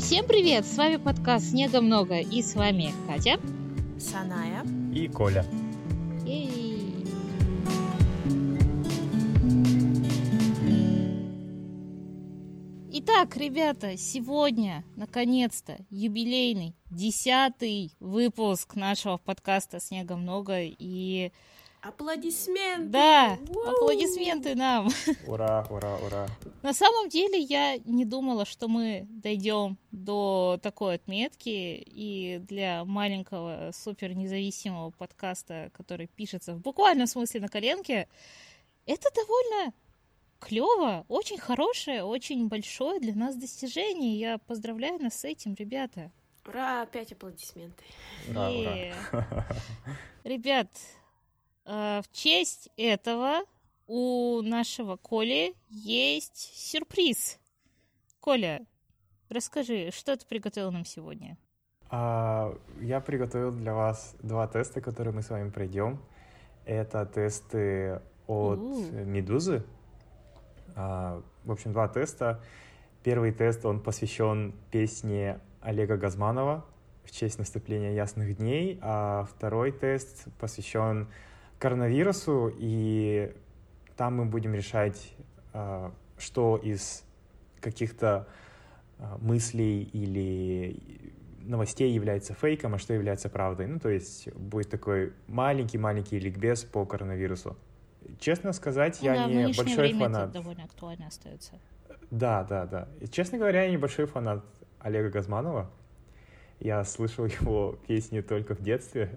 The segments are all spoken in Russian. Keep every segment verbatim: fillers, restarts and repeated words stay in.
Всем привет! С вами подкаст «Снега много» и с вами Катя, Саная и Коля. Ей. Итак, ребята, сегодня, наконец-то, юбилейный, десятый выпуск нашего подкаста «Снега много» и... Аплодисменты! Да, У-у-у! аплодисменты нам! Ура, ура, ура. На самом деле я не думала, что мы дойдем до такой отметки, и для маленького супер независимого подкаста, который пишется в буквальном смысле на коленке, это довольно клево, очень хорошее, очень большое для нас достижение. Я поздравляю нас с этим, ребята. Ура, опять аплодисменты. Ура, Е. ура. Ребят, э, в честь этого у нашего Коли есть сюрприз. Коля, расскажи, что ты приготовил нам сегодня? А, я приготовил для вас два теста, которые мы с вами пройдем. Это тесты от У. Медузы. А, в общем, два теста. Первый тест, он посвящен песне Олега Газманова в честь наступления ясных дней, а второй тест посвящен коронавирусу, и там мы будем решать, что из каких-то мыслей или новостей является фейком, а что является правдой. Ну, то есть будет такой маленький-маленький ликбез по коронавирусу. Честно сказать, Ну я да, в не нынешнее большой время фанат. это довольно актуально остается. Да, да, да. И, честно говоря, я не большой фанат Олега Газманова. Я слышал его песни только в детстве.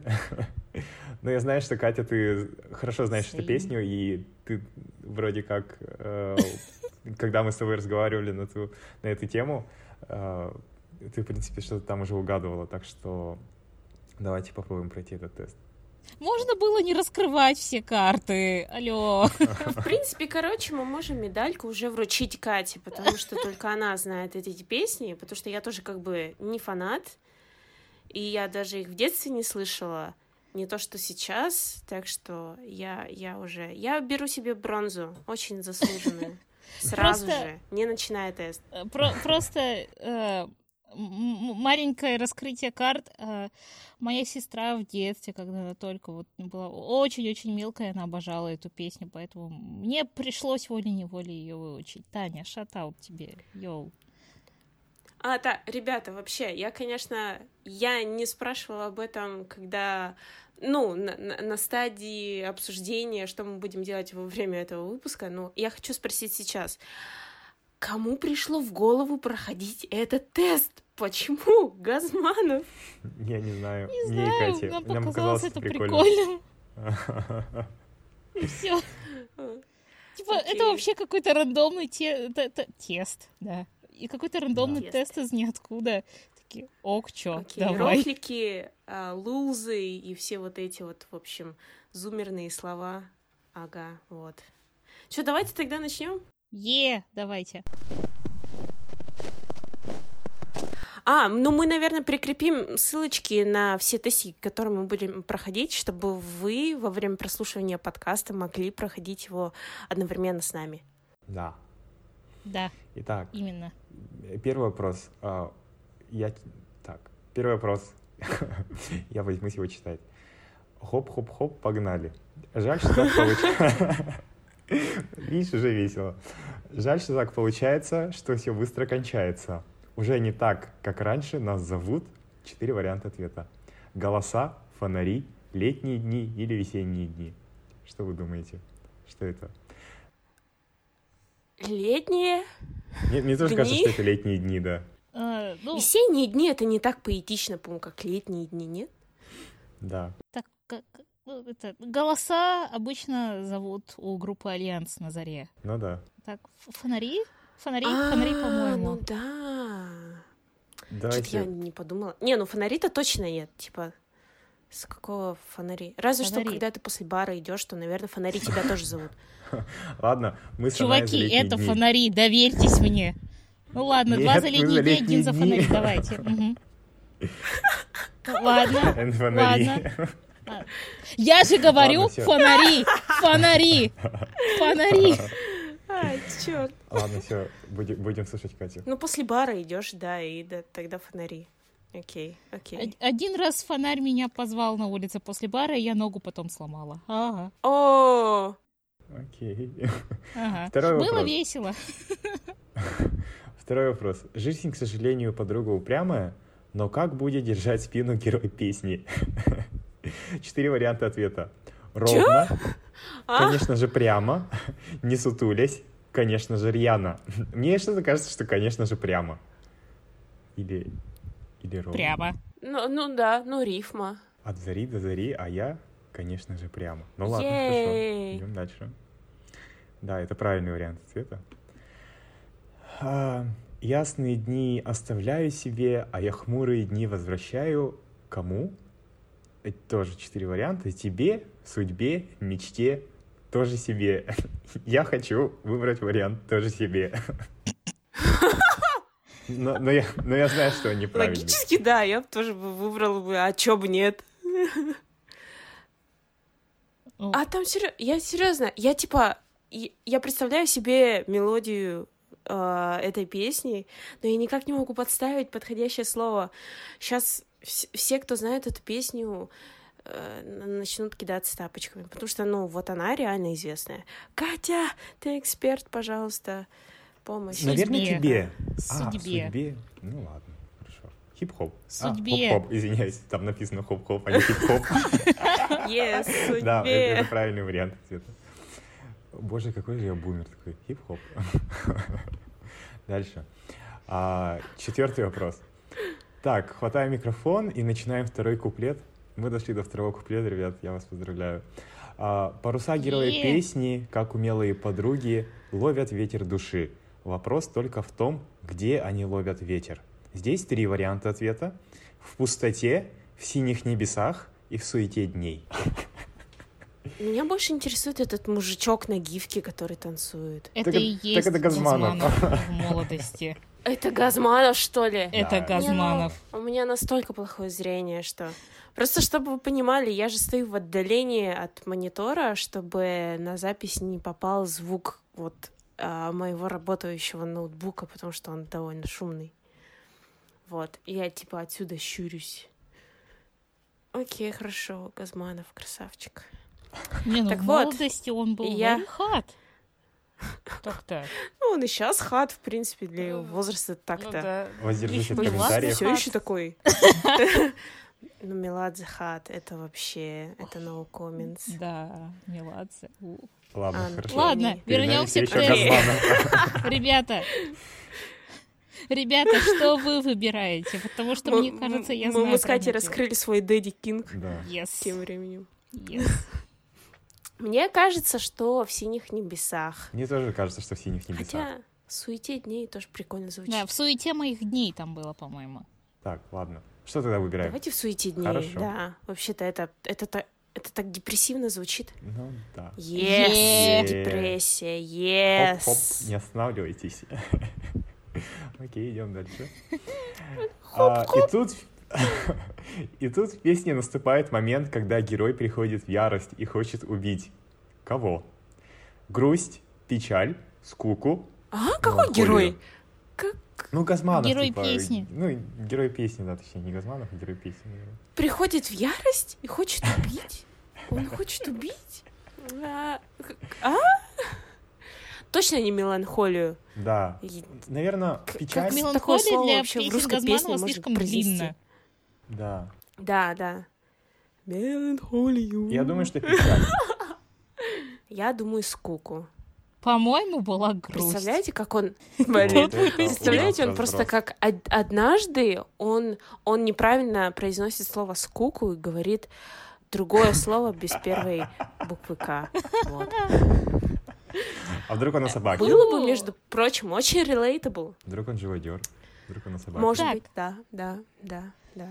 Но я знаю, что, Катя, ты хорошо знаешь Same. эту песню, и ты вроде как, э, когда мы с тобой разговаривали на, ту, на эту тему, э, ты, в принципе, что-то там уже угадывала. Так что давайте попробуем пройти этот тест. Можно было не раскрывать все карты. Алло. В принципе, короче, мы можем медальку уже вручить Кате, потому что только она знает эти песни, потому что я тоже как бы не фанат, и я даже их в детстве не слышала, не то что сейчас, так что я, я уже... Я беру себе бронзу, очень заслуженную, сразу Просто- же, не начиная тест. Про- просто э, м- маленькое раскрытие карт. Э, моя сестра в детстве, когда она только вот была очень-очень мелкая, она обожала эту песню, поэтому мне пришлось волей-неволей ее выучить. Таня, шатаут тебе, йоу. А, да, ребята, вообще, я, конечно, я не спрашивала об этом, когда, ну, на, на- на стадии обсуждения, что мы будем делать во время этого выпуска, но я хочу спросить сейчас, кому пришло в голову проходить этот тест? Почему Газманов? Я не знаю. Не Мне и знаю, Кате. нам Нам показалось показалось это прикольно. прикольным. И все. Типа, Окей. это вообще какой-то рандомный те- те- те- тест, да. И какой-то рандомный Да. тест из ниоткуда. Такие, ок, чё, Окей, давай. рофлики, а, лузы и все вот эти вот, в общем, зумерные слова. Ага, вот. Что, давайте тогда начнем? Е, давайте. А, ну мы, наверное, прикрепим ссылочки на все тесты, которые мы будем проходить, чтобы вы во время прослушивания подкаста могли проходить его одновременно с нами. Да. Да, Итак, именно. первый вопрос. А, Я... Так, первый вопрос. Я возьмусь его читать. Хоп-хоп-хоп, погнали. Жаль, что так получается. Видишь, уже весело. Жаль, что так получается, что все быстро кончается. Уже не так, как раньше нас зовут. Четыре варианта ответа. Голоса, фонари, летние дни или весенние дни. Что вы думаете? Что это? Летние, Мне, мне тоже Дни? кажется, что это летние дни, да. А, ну, весенние дни — это не так поэтично, по-моему, как летние дни, нет? Да. так, как, ну, это, голоса обычно зовут у группы Альянс на заре. Ну да. Так, ф- фонари? Фонари, фонари, А, по-моему. ну да. Что-то Давайте. я не подумала. Не, ну фонари-то точно нет, типа... С какого фонари? Разве Фонари. что, когда ты после бара идешь, то, наверное, фонари тебя тоже зовут. Ладно, мы с Саной за Чуваки, летние это дни. фонари, доверьтесь мне. Ну ладно, Нет, два за мы летние за дни, летние один за дни. фонари, давайте. Мгм. Ладно, Это фонари. ладно. А, Я же говорю, Ладно, всё. фонари, фонари, фонари. А, черт. Ладно, все, будем слушать Катю. Ну, после бара идешь, да, и да, тогда фонари. Окей, окей. Один раз фонарь меня позвал на улице после бара, и я ногу потом сломала. Ага. О, Окей. Ага. Второй Было вопрос. весело. Второй вопрос. Жизнь, к сожалению, подруга упрямая, но как будет держать спину герой песни? Четыре варианта ответа. Ровно, а? конечно же, прямо, не сутулясь, конечно же, рьяно. Мне что-то кажется, что, конечно же, прямо. Или, или ровно. Прямо. Ну, ну да, ну рифма. От зари до зари, а я, конечно же, прямо. Ну ладно, Ей. хорошо. Идем дальше. Да, это правильный вариант ответа. А, ясные дни оставляю себе, а я хмурые дни возвращаю кому? Это тоже четыре варианта. Тебе, судьбе, мечте, тоже себе. Я хочу выбрать вариант тоже себе. Но, но, я, но я знаю, что он неправильный. Логически, да, я бы тоже выбрала бы, а чё бы нет. Ну, А там серьезно, я серьезно, я типа, я представляю себе мелодию э, этой песни, но я никак не могу подставить подходящее слово. Сейчас все, кто знает эту песню, э, начнут кидаться тапочками, потому что, ну, вот она реально известная. Катя, ты эксперт, пожалуйста, помощь. Наверное, Судьбе. тебе. Судьбе. А, судьбе. Ну ладно, хорошо. Хип-хоп. Судьбе. А, хоп-хоп, извиняюсь, там написано хоп-хоп, а не хип-хоп. Yes, судьбе. Да, это, это правильный вариант ответа. Боже, какой же я бумер такой. Хип-хоп. Дальше. А, четвертый вопрос. Так, хватаем микрофон и начинаем второй куплет. Мы дошли до второго куплета, ребят, я вас поздравляю. А, паруса героя Е. песни, как умелые подруги, ловят ветер души. Вопрос только в том, где они ловят ветер. Здесь три варианта ответа. В пустоте, в синих небесах и в суете дней. Меня больше интересует этот мужичок на гифке, который танцует. Это Так и это- есть так это Газманов. Газманов в молодости. Это Газманов, что ли? Это Да. Газманов. Не, ну, у меня настолько плохое зрение, что... Просто чтобы вы понимали, я же стою в отдалении от монитора, чтобы на запись не попал звук вот а, моего работающего ноутбука, потому что он довольно шумный. Вот. И я типа отсюда щурюсь. Окей, хорошо, Газманов, красавчик. Не, ну Так в вот, молодости он был я- very hot. Так-то. Ну, он и сейчас хат, в принципе, для его возраста Ну так-то. да. Воздержись от Еще комментариев. Все Хат. еще такой. Ну, Меладзе хат, это вообще, это no comments. Да, Меладзе. У. Ладно, А, хорошо. Ладно, Перед нами вернемся все к еще тесту. Газманов. Ребята, ребята, что вы выбираете? Потому что, Мы- мне кажется, я мы- знаю. Мы с про Катей мотив. раскрыли свой Дэдди Кинг Да. Yes. тем временем. Yes. Мне кажется, что в синих небесах. Мне тоже кажется, что в синих небесах. Хотя в суете дней тоже прикольно звучит. Да, в суете моих дней там было, по-моему. Так, ладно. Что тогда выбираем? Давайте в суете дней. Хорошо. Да, вообще-то это, это, та- это так депрессивно звучит. Ну, да. Yes, Е. депрессия, yes. Хоп-хоп, не останавливайтесь. Окей, идем дальше. А, и тут... И тут в песне наступает момент, когда герой приходит в ярость и хочет убить. Кого? Грусть, печаль, скуку. А, какой меланхолию. герой? Ну, Газманов, Герой типа, песни. Ну, герой песни, да, точнее, не Газманов, а герой песни. Приходит в ярость и хочет убить? Он хочет убить? А? а? Точно не меланхолию? Да. И- Наверное, Как печаль. мелан- Меланхолия слово для вообще в песен русской песне Газманова можно слишком произнести? длинно. Да. Да, да. Меланхолию. Я думаю, что печаль. Я думаю, скуку. По-моему, была грусть. Представляете, как он... Вот Блин, это представляете, он ужас, просто разброс. как од- однажды он, он неправильно произносит слово скуку и говорит другое слово без первой буквы К. Вот. А вдруг он на собаке? Было бы, между прочим, очень relatable. Вдруг он живодер? Вдруг он на собаке? Может Так. быть, да, да, да, да.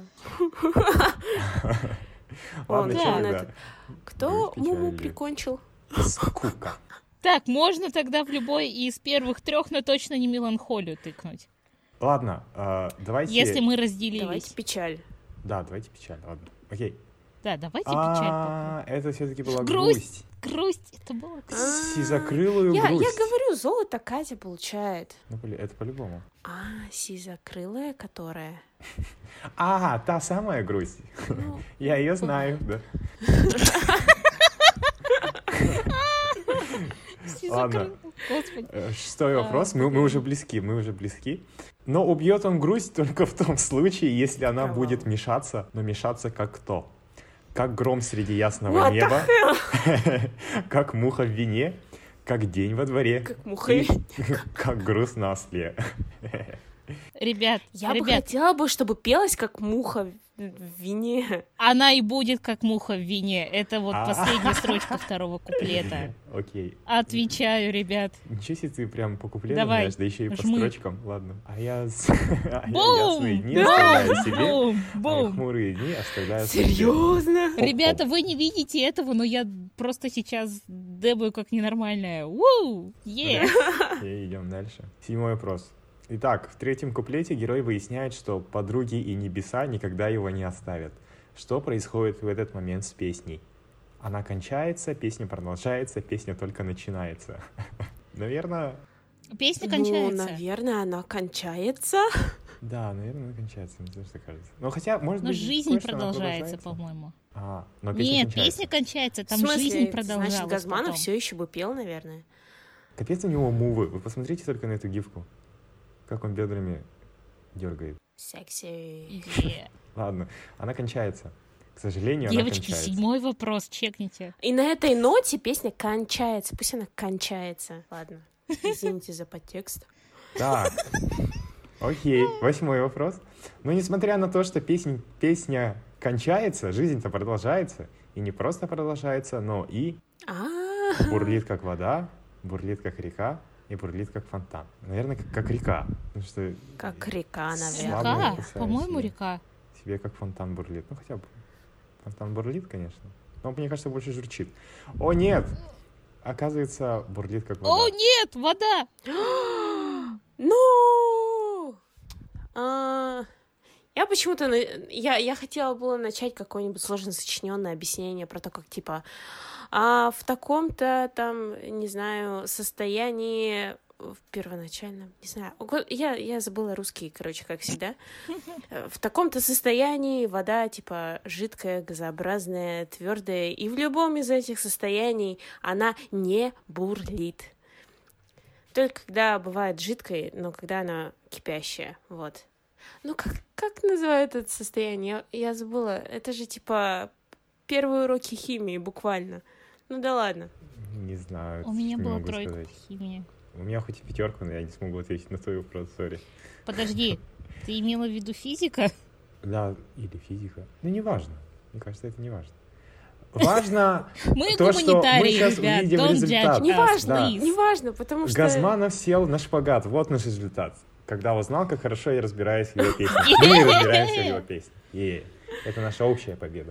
Ладно, Он- что он тогда? этот- Кто Грусть, Муму печаль, прикончил? Скука. Так, можно тогда в любой из первых трех, но точно не меланхолию тыкнуть. Ладно, а, давайте... Если мы Давайте разделились. печаль. Да, давайте печаль, ладно. Окей. Да, давайте печаль. А, это все-таки была Грусть. грусть. Грусть. Это было... Сизокрылую Я, я грусть. говорю, золото Катя получает. Ну, блин, это по-любому. А, сизокрылая, которая... А, та самая грусть. Ну, Я ее знаю, да. Ладно. Господи. Э, Шестой вопрос. Мы, мы уже близки, мы уже близки. Но убьет он грусть только в том случае, если она Кроваво. будет мешаться, но мешаться как кто? Как гром среди ясного What the неба, hell? как муха в вине, как день во дворе, Как муха. и как груз на осле. Ребят, Я бы ребят, хотела бы, чтобы пелась как муха в в вине. она и будет как муха в вине. Это вот А. последняя строчка второго куплета. Окей. Отвечаю, ребят. Ничего себе ты прям по куплетам Давай, знаешь, да еще и по жми. строчкам. Ладно. А я, с- а я Бум! ясные дни оставляю себе, Бум! а Бум! хмурые дни оставляю себе. Серьезно? Хоп-хоп. Ребята, вы не видите этого, но я просто сейчас дебаю как ненормальная. Уу! Е! И идем дальше. Седьмой вопрос. Итак, в третьем куплете герой выясняет, что подруги и небеса никогда его не оставят. Что происходит в этот момент с песней? Она кончается, песня продолжается, песня только начинается. Наверное, Песня Ну, кончается. наверное, она кончается. да, наверное, она кончается, мне тоже так кажется. Но хотя, может Но быть, жизнь кое-что она продолжается, по-моему. А, но песня Нет, кончается. песня кончается, там В смысле? жизнь продолжалась. Значит, Газманов потом. все еще бы пел, наверное. Капец у него мувы. Вы посмотрите только на эту гифку. Как он бедрами дергает. Секси. Е. Ладно, она кончается. К сожалению, она Девочки, кончается. седьмой вопрос, чекните. И на этой ноте песня кончается. Пусть она кончается. Ладно. Извините за подтекст. Так, окей, восьмой вопрос. Но несмотря на то, что песня, песня кончается, жизнь-то продолжается. И не просто продолжается, но и А, бурлит как вода, бурлит как река и бурлит как фонтан. Наверное, как, как река. Потому что как река, наверное. Слабо Река, касаюсь по-моему, я. река. себе как фонтан бурлит. Ну, хотя бы фонтан бурлит, конечно. Но, мне кажется, больше журчит. О, нет! Оказывается, бурлит как вода. О, нет, вода! Ну! А, Я почему-то... на- Я, я хотела было начать какое-нибудь сложно сочиненное объяснение про то, как, типа, а в таком-то, там, не знаю, состоянии в первоначальном, не знаю, ого- я, я забыла русский, короче, как всегда. В таком-то состоянии вода, типа, жидкая, газообразная, твердая, и в любом из этих состояний она не бурлит. Только когда бывает жидкой, но когда она кипящая, вот. Ну, как, как называют это состояние? Я, я забыла. Это же, типа, первые уроки химии, буквально. Ну да ладно. Не знаю. У меня не была могу тройка сказать. по химии. У меня хоть и пятерка, но я не смогу ответить на твой вопрос, сори. Подожди, ты имела в виду физика? Да, или физика. Ну, не важно. Мне кажется, это не важно. Важно Мы то, что мы гуманитарии, сейчас ребят, увидим don't результат. judge Не us, важно, да. please. не важно, потому что... Газманов сел на шпагат. Вот наш результат. Когда узнал, как хорошо я разбираюсь в его песнях. Мы разбираемся в его песнях. Е. Это наша общая победа.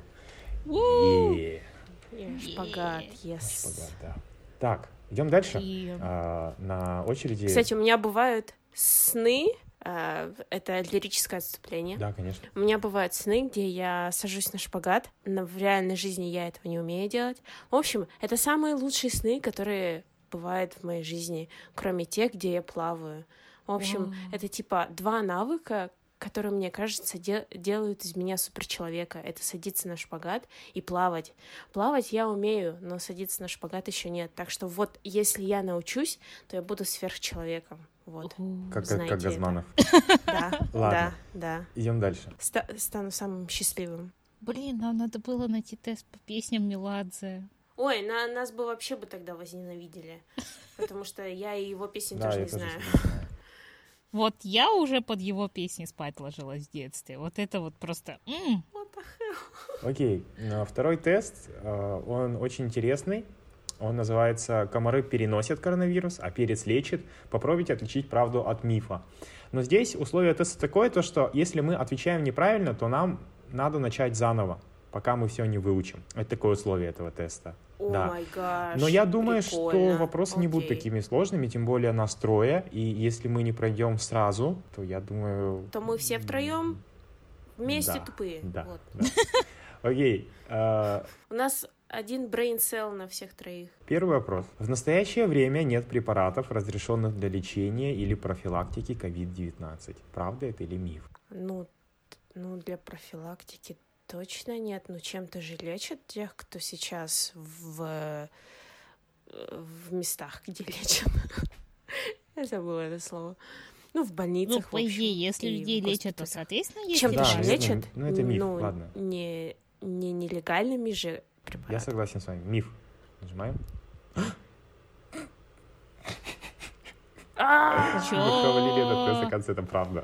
У. Е. Я шпагат, yes. Шпагат, да. Так, идем дальше. И- А, на очереди... Кстати, у меня бывают сны, а, это лирическое отступление. Да, конечно. У меня бывают сны, где я сажусь на шпагат, но в реальной жизни я этого не умею делать. В общем, это самые лучшие сны, которые бывают в моей жизни, кроме тех, где я плаваю. В общем, Вау. это типа два навыка, которые, мне кажется, де- делают из меня суперчеловека. Это садиться на шпагат и плавать. Плавать я умею, но садиться на шпагат еще нет. Так что вот, если я научусь, то я буду сверхчеловеком. Вот. У. Как, как, Знаете как это. Газманов. Да, Ладно. да, да. Идем дальше. Ста- стану самым счастливым. Блин, нам надо было найти тест по песням Меладзе. Ой, на, нас бы вообще бы тогда возненавидели. Потому что я и его песни Да, тоже я не тоже знаю. что-то знаю. Вот я уже под его песни спать ложилась в детстве. Вот это вот просто... м. What the hell? Окей, а, второй тест, а, он очень интересный. Он называется «Комары переносят коронавирус, а перец лечит. Попробуйте отличить правду от мифа». Но здесь условие теста такое, то, что если мы отвечаем неправильно, то нам надо начать заново, пока мы все не выучим. Это такое условие этого теста. О Да. май гаш, Но я думаю, что прикольно. вопросы не будут Окей. такими сложными, тем более настроя. И если мы не пройдем сразу, то я думаю... То мы все втроем вместе Да, тупые. Да, Вот. да. Окей. а, У нас один brain cell на всех троих. Первый вопрос. В настоящее время нет препаратов, разрешенных для лечения или профилактики ковид девятнадцать. Правда это или миф? Ну, т- ну, для профилактики точно нет. Ну, чем-то же лечат тех, кто сейчас в, э, в местах, где лечат. Я забыла это слово. Ну, в Ну, больницах, в по общем, идее, если и людей в лечат, то, госпиталях. соответственно, есть Чем-то Да, же препараты. наверное, лечат, ну это миф, ну, ладно. не, не нелегальными же Я препаратами. согласен с вами. Миф. Нажимаем. А! Чё? Мы провалили этот тест, оказывается, это правда.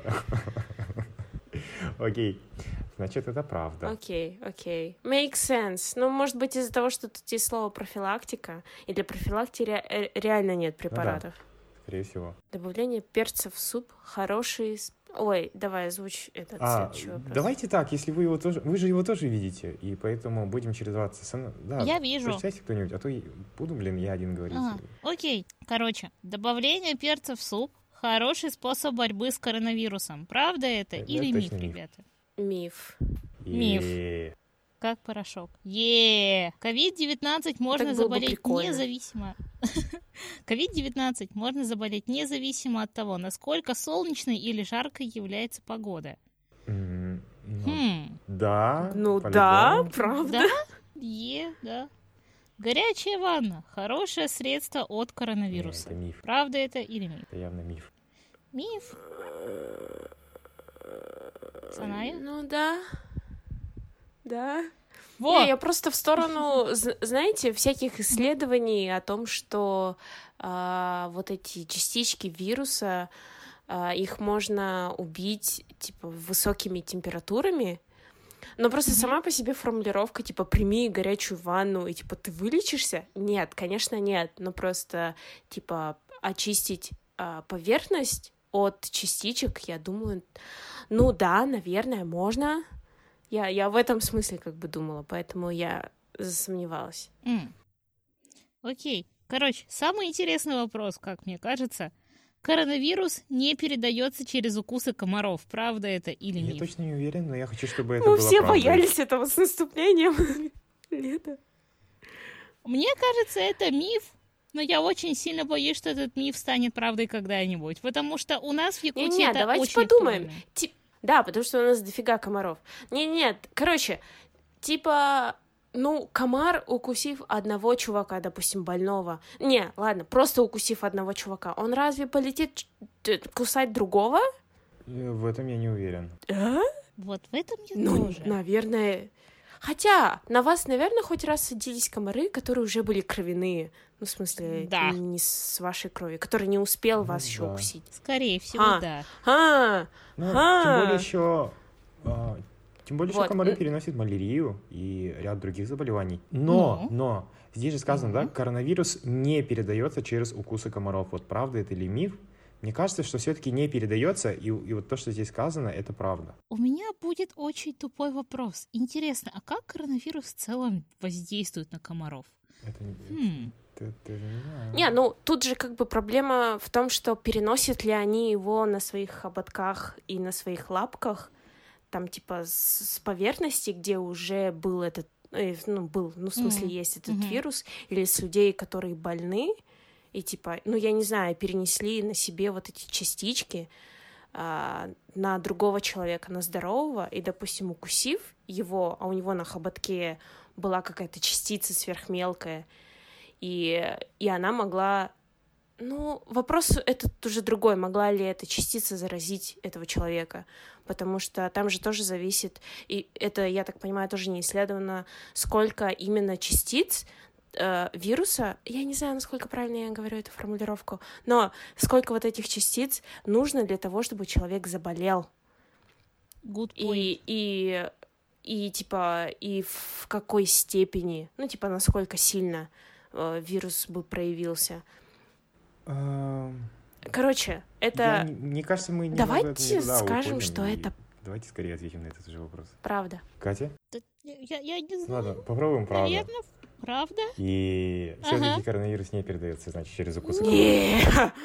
Окей. Значит, это правда. Окей, окей. Makes sense. Ну, может быть, из-за того, что тут есть слово профилактика, и для профилактики ре- э, реально нет препаратов. Скорее всего. Добавление перца в суп хороший... с- Ой, давай озвучь этот А, следующий вопрос. давайте так, если вы его тоже... Вы же его тоже видите, и поэтому будем чередоваться. Со мной. Да, Я вижу. прочитайте кто-нибудь, а то и буду, блин, я один говорить. Ага, окей. Короче, добавление перца в суп – хороший способ борьбы с коронавирусом. Правда это Это или миф, точно миф. ребята? Миф. Миф. Е-е-е. Как порошок. Е ковид девятнадцать можно Так было бы заболеть прикольно. независимо. ковид девятнадцать можно заболеть независимо от того, насколько солнечной или жаркой является погода. М, ну, Хм. Да. Ну да, по-любому. правда. Да? Е, да. Горячая ванна – хорошее средство от Не, коронавируса. это миф. Правда это или миф? Это явно миф. Миф. Саная? Ну да. Да. Во! Не, я просто в сторону, з- знаете, всяких исследований о том, что а, вот эти частички вируса, а, их можно убить, типа, высокими температурами. Но просто Мгм. сама по себе формулировка, типа, прими горячую ванну, и, типа, ты вылечишься? Нет, конечно, нет. Но просто, типа, очистить а, поверхность от частичек, я думаю, ну да, наверное, можно. Я, я в этом смысле как бы думала, поэтому я засомневалась. М. Окей. Короче, самый интересный вопрос, как мне кажется. Коронавирус не передается через укусы комаров. Правда это или Я миф? точно не уверен, но я хочу, чтобы это Мы было все правдой. боялись этого с наступлением лета. Мне кажется, это миф. Но я очень сильно боюсь, что этот миф станет правдой когда-нибудь. Потому что у нас в Якутии Не-не, это давайте очень подумаем. актуально. Ти- Да, потому что у нас дофига комаров. Не-нет, короче, типа, ну, комар, укусив одного чувака, допустим, больного. Не, ладно, просто укусив одного чувака, он разве полетит ч- т- кусать другого? Э, В этом я не уверен. А? Вот в этом я Ну, тоже. наверное... Хотя, на вас, наверное, хоть раз садились комары, которые уже были кровяные. Ну, в смысле, Да. не с вашей крови, который не успел Ну вас еще да. укусить. Скорее всего, А. да. А, Ну, А. тем более еще... а, Тем более, Вот. что комары переносят малярию и ряд других заболеваний. Но, Ну. но, здесь же сказано, да, Мгм. коронавирус не передается через укусы комаров. Вот правда это или миф? Мне кажется, что все-таки не передается, и, и вот то, что здесь сказано, это правда. У меня будет очень тупой вопрос. Интересно, а как коронавирус в целом воздействует на комаров? Это, не- Хм. это- это не знаю. Не, ну тут же как бы проблема в том, что переносят ли они его на своих хоботках и на своих лапках, там типа с, с поверхности, где уже был этот, э, ну был, ну в смысле Мгм. есть этот Мгм. вирус, или с людей, которые больны, и типа, ну я не знаю, перенесли на себе вот эти частички а, на другого человека, на здорового, и, допустим, укусив его, а у него на хоботке была какая-то частица сверхмелкая, и, и она могла... Ну, вопрос этот уже другой, могла ли эта частица заразить этого человека, потому что там же тоже зависит, и это, я так понимаю, тоже не исследовано, сколько именно частиц э, вируса, я не знаю, насколько правильно я говорю эту формулировку, но сколько вот этих частиц нужно для того, чтобы человек заболел. Good point. И, и, и, типа, и в какой степени, ну, типа, насколько сильно э, вирус бы проявился. Эм, Короче, это я не- мне кажется, мы не Давайте туда скажем, уходим, что и это- Давайте скорее ответим на этот же вопрос. правда. Катя? Да, Я, я не знаю. Ладно, попробуем правду. Наверное, правда? И все-таки Ага. коронавирус не передается, значит, через укусы. Не.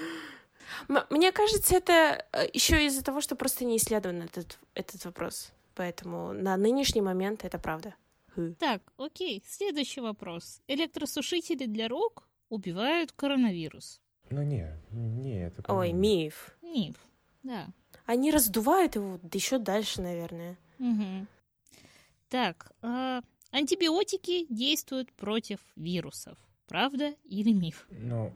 М- Мне кажется, это еще из-за того, что просто не исследован этот, этот вопрос. Поэтому на нынешний момент это правда. Так, окей, следующий вопрос. Электросушители для рук убивают коронавирус. Ну не, не, это Ой, по-моему. миф. Миф, да. Они раздувают его еще дальше, наверное. Угу. Так, а, антибиотики действуют против вирусов. Правда или миф? Ну,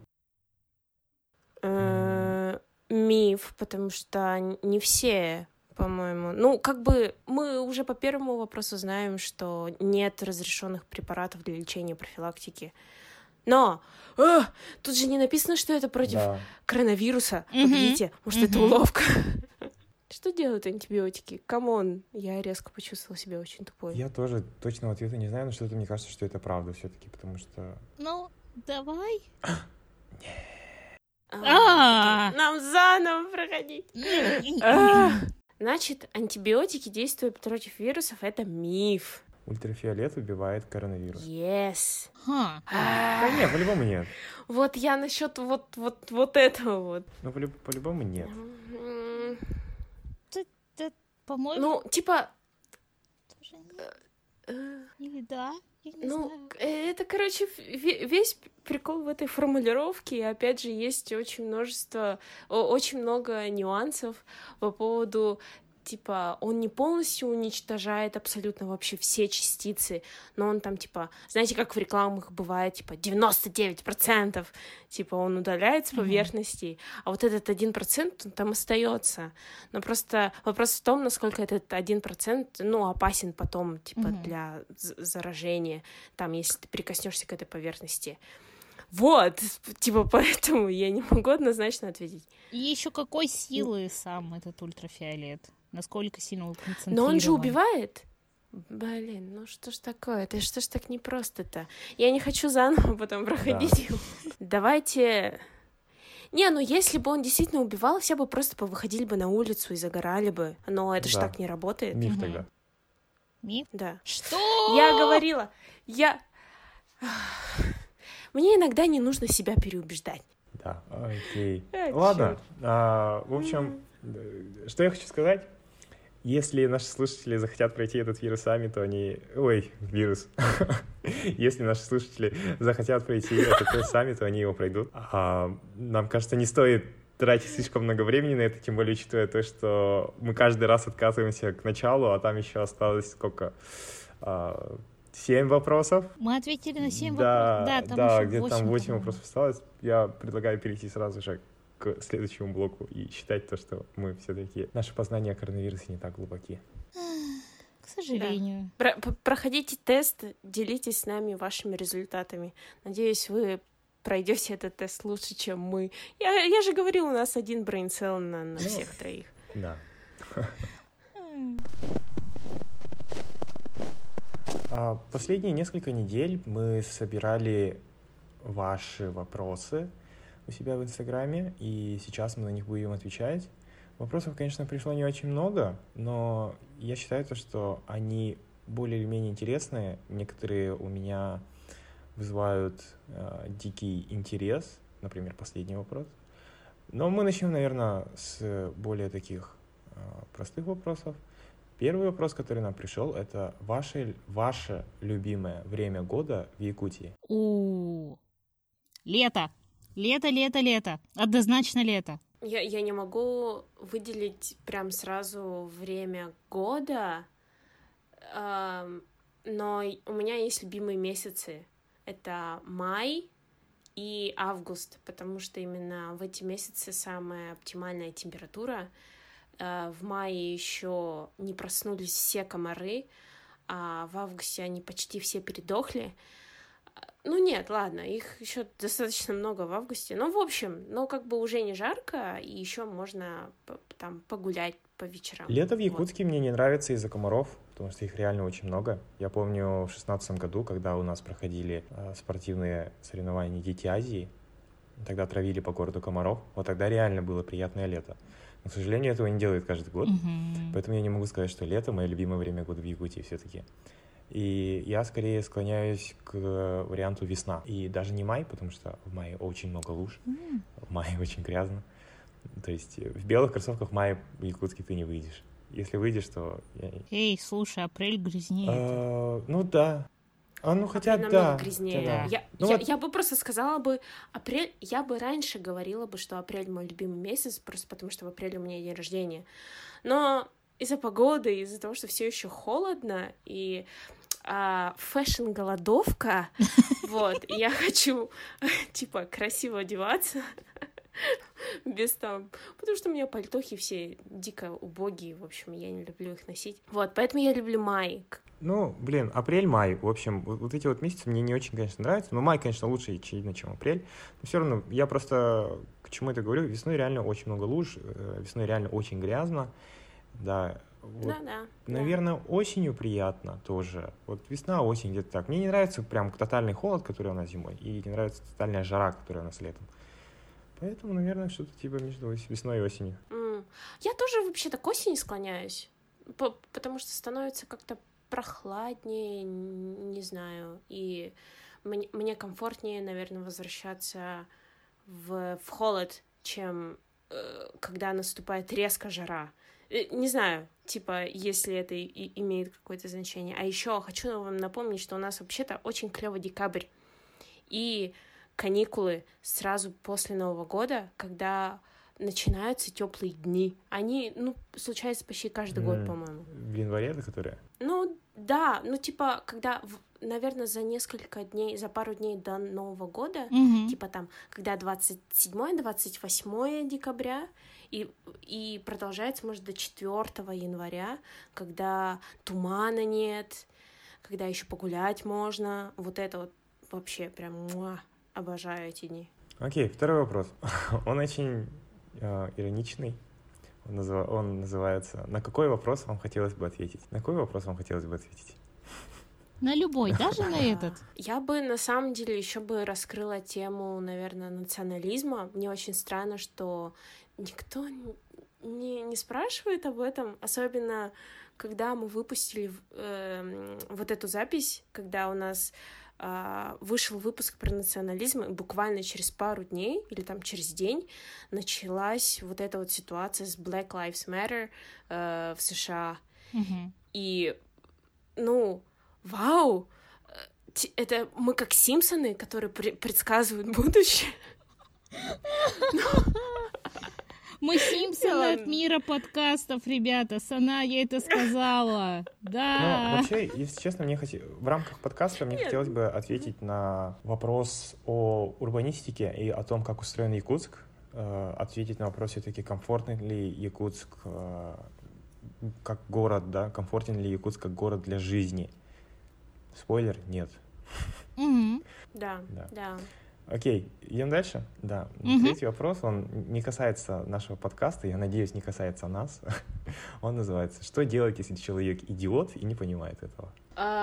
Э, Миф, потому что не все, по-моему. Ну, как бы мы уже по первому вопросу знаем, что нет разрешенных препаратов для лечения и профилактики. Но э, тут же не написано, что это против да. коронавируса. Мгм. Погодите, может, это Мгм. уловка? Что делают антибиотики? Камон, я резко почувствовала себя очень тупой. Я тоже точного ответа не знаю, но что-то мне кажется, что это правда все-таки, потому что... Ну, давай. А, А. Нам заново проходить. А. Значит, антибиотики действуют против вирусов. Это миф. Ультрафиолет убивает коронавирус. Yes. Ха. Да нет, по-любому нет. Вот я насчет вот, вот, вот этого вот. Ну, по- по-любому нет. М, По-моему, Ну, типа, тоже нет. э, Или да, я не ну, знаю. э, это, короче, ве- весь прикол в этой формулировке. И опять же, есть очень множество, о- очень много нюансов по поводу, типа, он не полностью уничтожает абсолютно вообще все частицы, но он там, типа, знаете, как в рекламах бывает, типа, девяносто девять процентов, типа, он удаляет с Мгм. поверхности, а вот этот один процент, он там остается. Но просто вопрос в том, насколько этот один процент, ну, опасен потом, типа, Мгм. для з- заражения, там, если ты прикоснешься к этой поверхности. Вот, типа, поэтому я не могу однозначно ответить. И еще какой силы сам этот ультрафиолет? Насколько сильно он концентрирован? Но он же убивает. Блин, ну что ж такое? Это что ж так непросто-то? Я не хочу заново потом проходить его. Давайте... Не, ну если бы он действительно убивал, все бы просто повыходили бы на улицу и загорали бы. Но это ж Да. так не работает. Миф Мгм. тогда. Миф? Да. Что? Я говорила, я... Мне иногда не нужно себя переубеждать. Да, окей. А, Ладно, чёрт. а, в общем, э, что я хочу сказать. Если наши слушатели захотят пройти этот вирус сами, то они... Ой, вирус. Если наши слушатели захотят пройти этот тест сами, то они его пройдут. А, нам кажется, не стоит тратить слишком много времени на это, тем более учитывая то, что мы каждый раз отказываемся к началу, а там еще осталось сколько? А, Семь вопросов. Мы ответили на семь Да, вопросов. Да, там да, еще где-то там восемь, восемь по-моему. вопросов осталось. Я предлагаю перейти сразу же к следующему блоку и считать то, что мы все-таки... Наши познания о коронавирусе не так глубоки. К сожалению. Про- п- проходите тест, делитесь с нами вашими результатами. Надеюсь, вы пройдете этот тест лучше, чем мы. Я, я же говорила, у нас один брейнцелл на, на Ну. всех троих. Да. М. А, Последние несколько недель мы собирали ваши вопросы у себя в Инстаграме, и сейчас мы на них будем отвечать. Вопросов, конечно, пришло не очень много, но я считаю, то, что они более или менее интересные. Некоторые у меня вызывают э, дикий интерес, например, последний вопрос. Но мы начнем, наверное, с более таких э, простых вопросов. Первый вопрос, который нам пришел, это ваше, ваше любимое время года в Якутии. У. Лето. Лето, лето, лето. Однозначно лето. Я, я не могу выделить прям сразу время года, ам, но и- у меня есть любимые месяцы. Это май и август, потому что именно в эти месяцы самая оптимальная температура. Э, В мае еще не проснулись все комары, а в августе они почти все передохли. Ну нет, ладно, их еще достаточно много в августе. Ну, в общем, ну как бы уже не жарко, и еще можно п- там погулять по вечерам. Лето в Вот. Якутске мне не нравится из-за комаров, потому что их реально очень много. Я помню в шестнадцатом году, когда у нас проходили э, спортивные соревнования «Дети Азии», тогда травили по городу комаров, вот тогда реально было приятное лето. Но, к сожалению, этого не делают каждый год, Мгм. поэтому я не могу сказать, что лето — мое любимое время года в Якутии все-таки. И я скорее склоняюсь к варианту весна. И даже не май, потому что в мае очень много луж, М. в мае очень грязно. То есть в белых кроссовках в мае в Якутске ты не выйдешь. если выйдешь, то... Я... Эй, слушай, апрель грязнее. А, ну да. А, ну хотя апрель да. намного грязнее. Да. Я, Ну, я, вот... я бы просто сказала бы, апрель, я бы раньше говорила бы, что апрель мой любимый месяц, просто потому что в апреле у меня день рождения. Но из-за погоды, из-за того, что все еще холодно и а, фэшн-голодовка, вот, я хочу, типа, красиво одеваться, без там... Потому что у меня пальтохи все дико убогие, в общем, я не люблю их носить. Вот, поэтому я люблю май. Ну, блин, апрель-май, в общем, вот, вот эти вот месяцы мне не очень, конечно, нравятся, но май, конечно, лучше, очевидно, чем апрель. Но все равно, я просто, к чему это говорю, весной реально очень много луж, весной реально очень грязно, да. Вот, да, да. наверное, да. осенью приятно тоже. Вот весна, осень где-то так. Мне не нравится прям тотальный холод, который у нас зимой, и не нравится тотальная жара, которая у нас летом. Поэтому, наверное, что-то типа между весной и осенью. Mm. Я тоже вообще-то к осени склоняюсь, потому что становится как-то прохладнее, не знаю, и мне, мне комфортнее, наверное, возвращаться в, в холод, чем э, когда наступает резко жара. Не знаю, типа, если это и, и имеет какое-то значение. А еще хочу вам напомнить, что у нас вообще-то очень клевый декабрь. И каникулы сразу после Нового года, когда начинаются теплые дни. Они, ну, случаются почти каждый mm. год, по-моему. В январе это которые? Ну, да, ну, типа, когда, наверное, за несколько дней, за пару дней до Нового года, mm-hmm. типа там, когда двадцать седьмое двадцать восьмое декабря, и, и продолжается, может, до четвёртого января, когда тумана нет, когда еще погулять можно. Вот это вот вообще прям муа, обожаю эти дни. Окей, okay, второй вопрос. Он очень э, ироничный. Он, назыв... Он называется «На какой вопрос вам хотелось бы ответить?» На какой вопрос вам хотелось бы ответить? На любой, даже на этот. Я бы, на самом деле, еще бы раскрыла тему, наверное, национализма. Мне очень странно, что никто не, не спрашивает об этом, особенно когда мы выпустили э, вот эту запись, когда у нас э, вышел выпуск про национализм, и буквально через пару дней или там через день началась вот эта вот ситуация с Black Lives Matter э, в США. Mm-hmm. И, ну, вау! Это мы как Симпсоны, которые предсказывают будущее. Мы Симпсоны от мира подкастов, ребята. Сана, я это сказала. Да. Ну, вообще, если честно, мне хотелось... в рамках подкаста мне Нет. хотелось бы ответить на вопрос о урбанистике и о том, как устроен Якутск. Э, ответить на вопрос, все-таки комфортный ли Якутск э, как город, да? Комфортен ли Якутск как город для жизни? Спойлер, нет. Mm-hmm. Да, да. да. Окей, идем дальше? Да. Mm-hmm. Третий вопрос, он не касается нашего подкаста, я надеюсь, не касается нас. Он называется «Что делать, если человек идиот и не понимает этого?»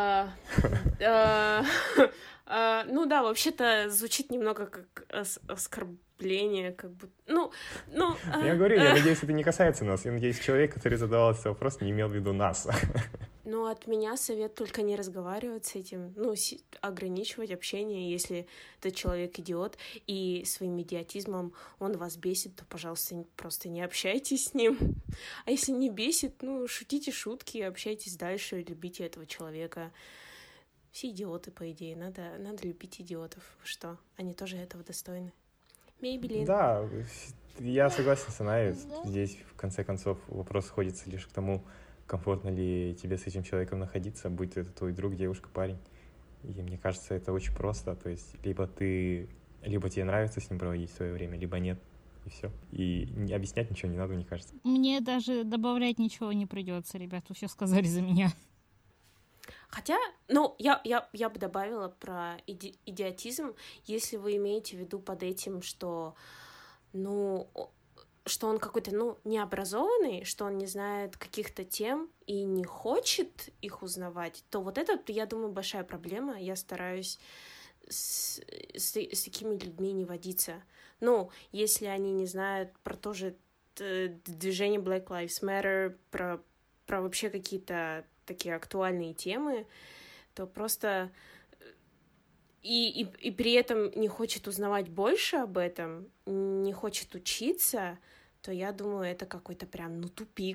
Ну да, вообще-то звучит немного как оскорбление, как бы, ну, ну... Я говорю, я надеюсь, это не касается нас, я надеюсь, человек, который задавал этот вопрос, не имел в виду нас. Ну, от меня совет только не разговаривать с этим, ну, с- ограничивать общение, если этот человек идиот, и своим идиотизмом он вас бесит, то, пожалуйста, просто не общайтесь с ним. А если не бесит, ну, шутите шутки, общайтесь дальше, любите этого человека. Все идиоты, по идее, надо, надо любить идиотов. Что? Они тоже этого достойны. Мейбелин. Да, я согласен с Анаей. Здесь, в конце концов, вопрос сходится лишь к тому, комфортно ли тебе с этим человеком находиться, будь это твой друг, девушка, парень. И мне кажется, это очень просто. То есть, либо ты, либо тебе нравится с ним проводить свое время, либо нет. И все. И не, объяснять ничего не надо, мне кажется. Мне даже добавлять ничего не придется, ребят, вы все сказали за меня. Хотя, ну, я, я, я бы добавила про иди- идиотизм, если вы имеете в виду под этим, что, ну, что он какой-то, ну, необразованный, что он не знает каких-то тем и не хочет их узнавать, то вот это, я думаю, большая проблема. Я стараюсь с, с, с такими людьми не водиться. Ну, если они не знают про то же движение Black Lives Matter, про, про вообще какие-то такие актуальные темы, то просто и, и, и при этом не хочет узнавать больше об этом, не хочет учиться, то я думаю, это какой-то прям, ну, тупик.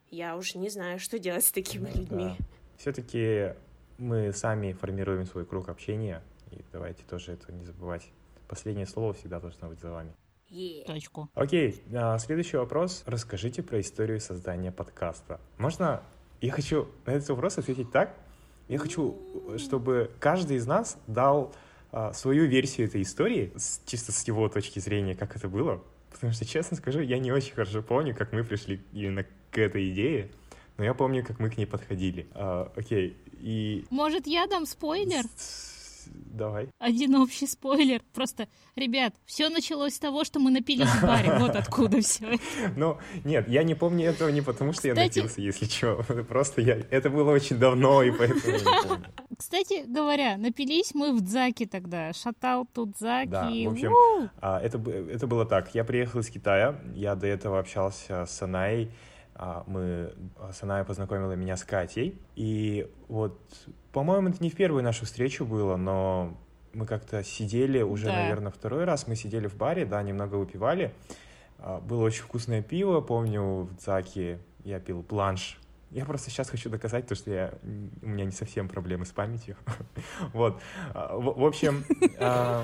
я уж не знаю, что делать с такими Ну, людьми. да. Все-таки мы сами формируем свой круг общения, и давайте тоже это не забывать. Последнее слово всегда должно быть за вами. Yeah. Точку. Окей, а, следующий вопрос. Расскажите про историю создания подкаста. Можно... Я хочу на этот вопрос ответить так. Я хочу, чтобы каждый из нас дал а, свою версию этой истории, с, чисто с его точки зрения, как это было. Потому что, честно скажу, я не очень хорошо помню, как мы пришли именно к этой идее, но я помню, как мы к ней подходили. А, окей, и... Может, я дам спойлер? Давай. Один общий спойлер. Просто, ребят, все началось с того, что мы напились в баре. Вот откуда все. Ну, нет, я не помню этого не потому, что Кстати... я напился, если что. Просто я... Это было очень давно, и поэтому я не помню. Кстати говоря, напились мы в Дзаке тогда. Шатаут тут Дзаки. Да, в общем, У-у-у. а, это, это было так. Я приехал из Китая, я до этого общался с Санаей. А, мы... Саная познакомила меня с Катей. И вот, по-моему, это не в первую нашу встречу было, но мы как-то сидели уже, Да. наверное, второй раз. Мы сидели в баре, да, немного выпивали. А, было очень вкусное пиво. Помню, в Дзаке я пил бланш. Я просто сейчас хочу доказать то, что я, у меня не совсем проблемы с памятью. Вот. А, В в общем, а,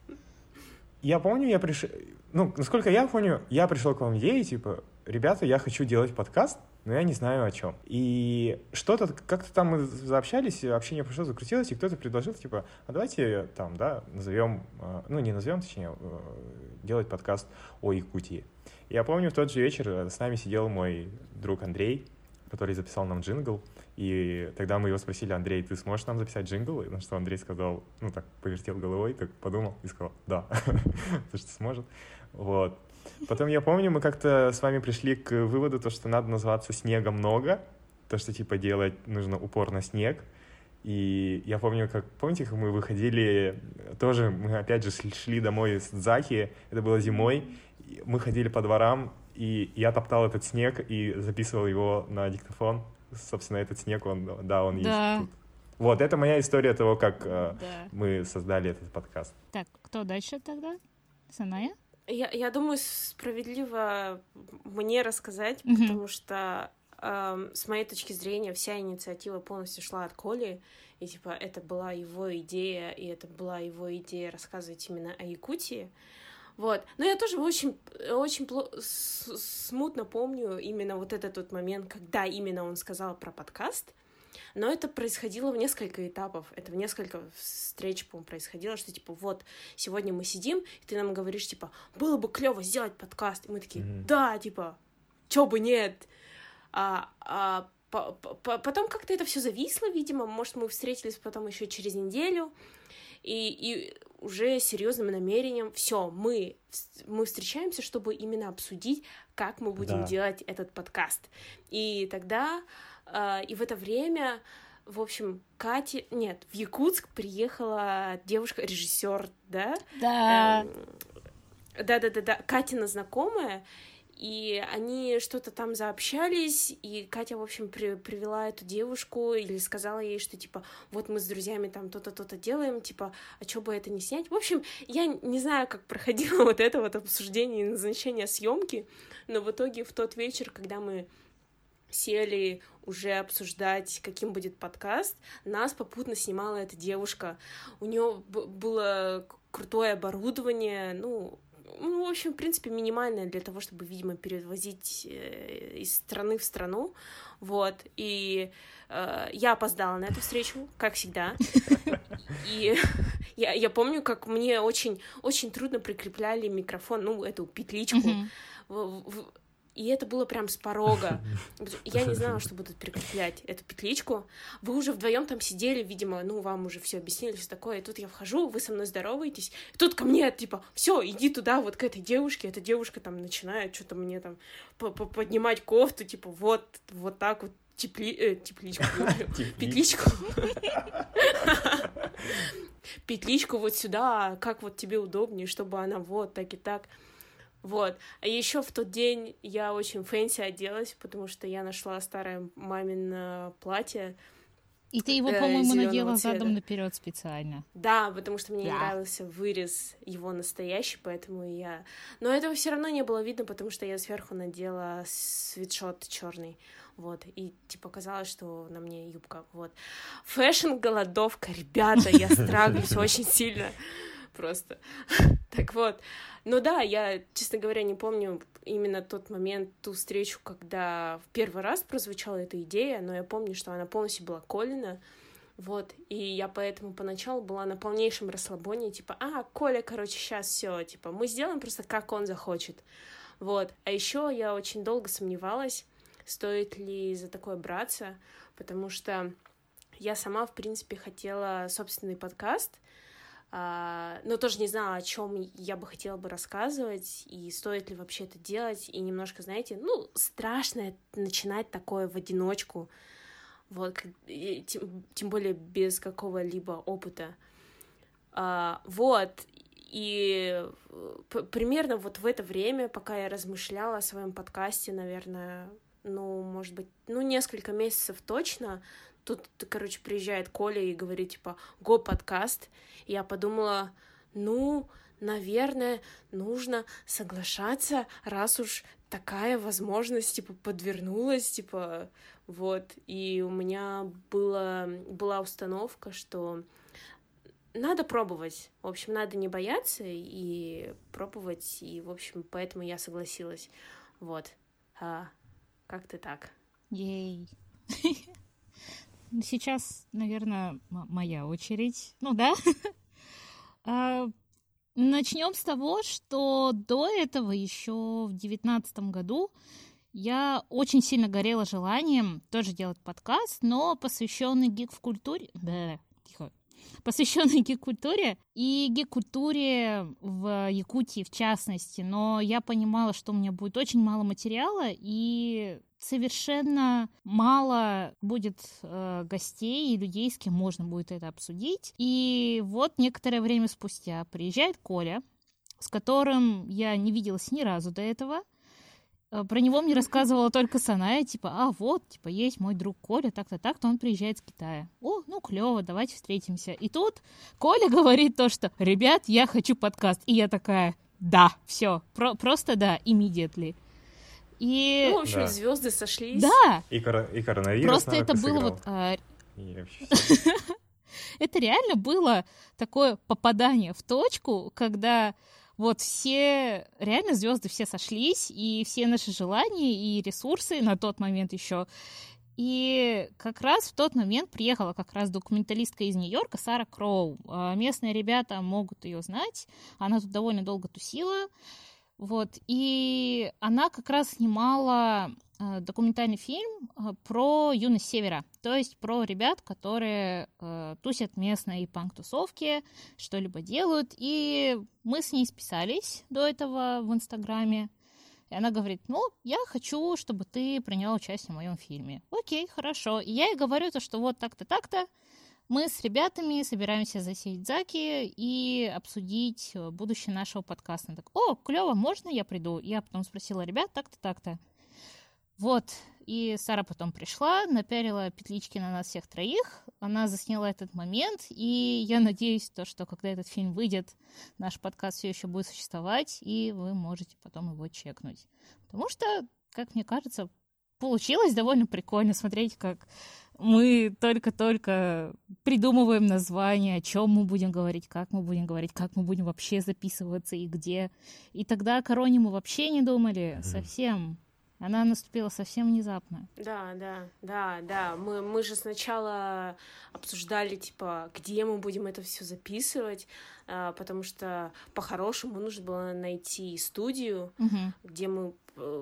я помню, я пришел... Ну, насколько я помню, я пришел к вам идеей, типа, ребята, я хочу делать подкаст, но я не знаю о чем. И что-то, как-то там мы заобщались, общение прошло, закрутилось, и кто-то предложил, типа, а давайте там, да, назовем, э, ну, не назовем, точнее, э, делать подкаст о Якутии. Я помню, в тот же вечер с нами сидел мой друг Андрей, который записал нам джингл, и тогда мы его спросили: Андрей, ты сможешь нам записать джингл? И на что Андрей сказал, ну так, повертел головой, так подумал и сказал, да, то, что сможет. Вот. Потом я помню, мы как-то с вами пришли к выводу, то, что надо называться «Снега много», то, что типа делать нужно упор на снег. И я помню, как, помните, как мы выходили, тоже мы опять же шли домой из Дзаки, это было зимой, мы ходили по дворам, и я топтал этот снег и записывал его на диктофон. Собственно, этот снег, он, да, он Да. есть тут. Вот, это моя история того, как э, Да. мы создали этот подкаст. Так, кто дальше тогда? Саная? Я, я думаю, справедливо мне рассказать, Мгм. потому что эм, с моей точки зрения вся инициатива полностью шла от Коли, и типа это была его идея, и это была его идея рассказывать именно о Якутии. Вот. Но я тоже очень, очень пло- с- смутно помню именно вот этот вот момент, когда именно он сказал про подкаст. Но это происходило в несколько этапов. Это в несколько встреч, по-моему, происходило, что, типа, вот, сегодня мы сидим, и ты нам говоришь, типа, было бы клево сделать подкаст. И мы такие, Мгм. да, типа, чё бы нет. А, а по- по- потом как-то это все зависло, видимо. Может, мы встретились потом еще через неделю. И, и уже серьезным намерением, все, мы, мы встречаемся, чтобы именно обсудить, как мы будем Да. делать этот подкаст. И тогда, э, и в это время, в общем, Катя, нет, в Якутск приехала девушка-режиссер, да? Да. Эм, Да-да-да-да, Катина знакомая, и они что-то там заобщались, и Катя, в общем, при, привела эту девушку или сказала ей, что, типа, вот мы с друзьями там то-то, то-то делаем, типа, а чё бы это не снять? В общем, я не знаю, как проходило вот это вот обсуждение и назначение съемки, но в итоге в тот вечер, когда мы сели уже обсуждать, каким будет подкаст, нас попутно снимала эта девушка. У нее б- было крутое оборудование, ну, ну, в общем, в принципе, минимальное для того, чтобы, видимо, перевозить э, из страны в страну, вот, и э, я опоздала на эту встречу, как всегда, и я, я помню, как мне очень, очень трудно прикрепляли микрофон, ну, эту петличку, Мгм. в- в- и это было прям с порога. Я не знала, что будут прикреплять эту петличку. Вы уже вдвоем там сидели, видимо, ну, вам уже все объяснили, все такое. И тут я вхожу, вы со мной здороваетесь. И тут ко мне, типа, все, иди туда, вот к этой девушке. Эта девушка там начинает что-то мне там поднимать кофту, типа, вот, вот так вот, тепли... э, тепличку, говорю, петличку. Петличку вот сюда, как вот тебе удобнее, чтобы она вот так и так. Вот. А еще в тот день я очень фэнси оделась, потому что я нашла старое мамино платье. И ты его, Э, по-моему, зелёного надела цвета. задом наперед специально. Да, потому что мне не Да. нравился вырез его настоящий, поэтому я... Но этого все равно не было видно, потому что я сверху надела свитшот черный. вот, и, типа, казалось, что на мне юбка, вот. Фэшн-голодовка, ребята, я страглюсь очень сильно, просто. Так вот, ну да, я, честно говоря, не помню именно тот момент, ту встречу, когда в первый раз прозвучала эта идея, но я помню, что она полностью была Колина, вот, и я поэтому поначалу была на полнейшем расслабоне, типа, а, Коля, короче, сейчас все, типа, мы сделаем просто как он захочет, вот. А еще я очень долго сомневалась, стоит ли за такое браться, потому что я сама, в принципе, хотела собственный подкаст, но тоже не знала, о чем я бы хотела бы рассказывать, и стоит ли вообще это делать, и немножко, знаете, ну, страшно начинать такое в одиночку, вот, тем, тем более без какого-либо опыта. А, вот, и п- примерно вот в это время, пока я размышляла о своем подкасте, наверное, ну, может быть, ну, несколько месяцев точно, тут, короче, приезжает Коля и говорит, типа, го, подкаст, и я подумала, ну, наверное, нужно соглашаться, раз уж такая возможность, типа, подвернулась, типа, вот, и у меня было, была установка, что надо пробовать, в общем, надо не бояться и пробовать, и, в общем, поэтому я согласилась, вот, а, как-то так. Ей. Сейчас, наверное, м- моя очередь, ну да. Начнем с того, что до этого, еще в девятнадцатом году, я очень сильно горела желанием тоже делать подкаст, но посвященный гик-культуре, да, тихо, посвященный гик-культуре и гик-культуре в Якутии в частности. Но я понимала, что у меня будет очень мало материала и совершенно мало будет э, гостей и людей, с кем можно будет это обсудить. И вот некоторое время спустя приезжает Коля, с которым я не виделась ни разу до этого. Про него мне рассказывала только Саная, типа, а вот, типа, есть мой друг Коля, так-то так-то, он приезжает с Китая. О, ну клево, давайте встретимся. И тут Коля говорит то, что, ребят, я хочу подкаст. И я такая, да, все, про- просто да, immediately. И... Ну, в общем, Да. звезды сошлись. Да. И, кор- и коронавирус, Просто наверное, это было сыграл. вот... а, И вообще Это реально было такое попадание в точку, когда вот все, реально звезды все сошлись, и все наши желания и ресурсы на тот момент еще. И как раз в тот момент приехала как раз документалистка из Нью-Йорка Сара Кроу. А Местные ребята могут ее знать. Она тут довольно долго тусила. Вот. И она как раз снимала э, документальный фильм э, про юность Севера. То есть про ребят, которые э, тусят в местной панк-тусовке, что-либо делают. И мы с ней списались до этого в Инстаграме. И она говорит, ну, я хочу, чтобы ты приняла участие в моем фильме. Окей, хорошо. И я ей говорю, то, что вот так-то, так-то. Мы с ребятами собираемся засесть Заки и обсудить будущее нашего подкаста. Она так, о, клево, можно я приду? Я потом спросила ребят, так-то, так-то. Вот. И Сара потом пришла, напялила петлички на нас всех троих. Она засняла этот момент. И я надеюсь, то, что когда этот фильм выйдет, наш подкаст все еще будет существовать, и вы можете потом его чекнуть. Потому что, как мне кажется, получилось довольно прикольно смотреть, как мы только-только придумываем название, о чем мы будем говорить, как мы будем говорить, как мы будем вообще записываться и где. И тогда о короне мы вообще не думали mm-hmm. совсем. Она наступила совсем внезапно. Да, да, да, да. Мы, мы же сначала обсуждали, типа, где мы будем это все записывать, а, потому что по-хорошему нужно было найти студию, mm-hmm. где мы...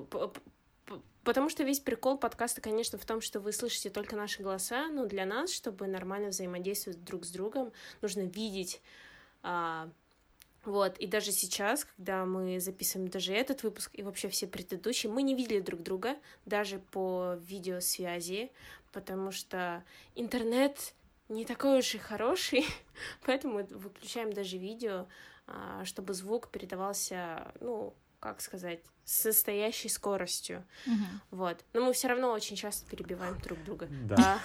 Потому что весь прикол подкаста, конечно, в том, что вы слышите только наши голоса, но для нас, чтобы нормально взаимодействовать друг с другом, нужно видеть... А, вот, и даже сейчас, когда мы записываем даже этот выпуск и вообще все предыдущие, мы не видели друг друга, даже по видеосвязи, потому что интернет не такой уж и хороший, поэтому мы выключаем даже видео, чтобы звук передавался, ну, как сказать, с настоящей скоростью. Uh-huh. Вот. Но мы все равно очень часто перебиваем друг друга. Да.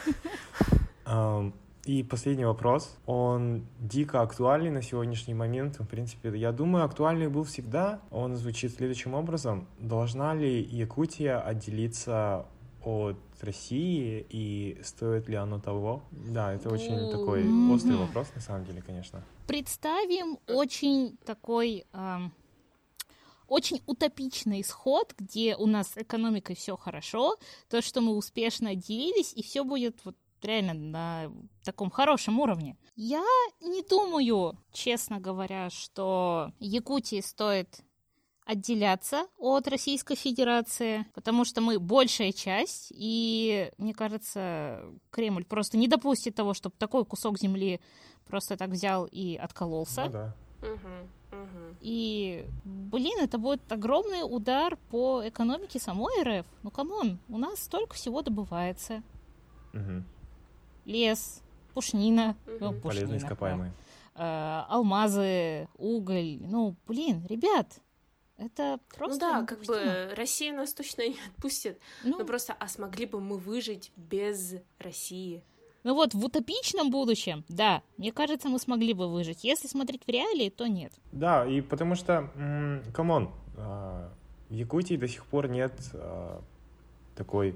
И последний вопрос, он дико актуальный на сегодняшний момент, в принципе, я думаю, актуальный был всегда, он звучит следующим образом. Должна ли Якутия отделиться от России и стоит ли оно того? Да, это очень Mm-hmm. такой острый вопрос, на самом деле, конечно. Представим очень такой, эм, очень утопичный исход, где у нас с экономикой все хорошо, то, что мы успешно отделились, и все будет вот реально на таком хорошем уровне. Я не думаю, честно говоря, что Якутии стоит отделяться от Российской Федерации, потому что мы большая часть, и, мне кажется, Кремль просто не допустит того, чтобы такой кусок земли просто так взял и откололся. Ну да. Угу, угу. И, блин, это будет огромный удар по экономике самой РФ. Ну, камон, у нас столько всего добывается. Угу. Лес, пушнина, Угу. ну, пушнина, Полезные ископаемые. да. э, алмазы, уголь. Ну, блин, ребят, это просто... Ну да, как бы Россия нас точно не отпустит. Ну, Ну просто, а смогли бы мы выжить без России? ну вот, в утопичном будущем, да, мне кажется, мы смогли бы выжить. Если смотреть в реалии, то нет. Да, и потому что, камон, в Якутии до сих пор нет а, такой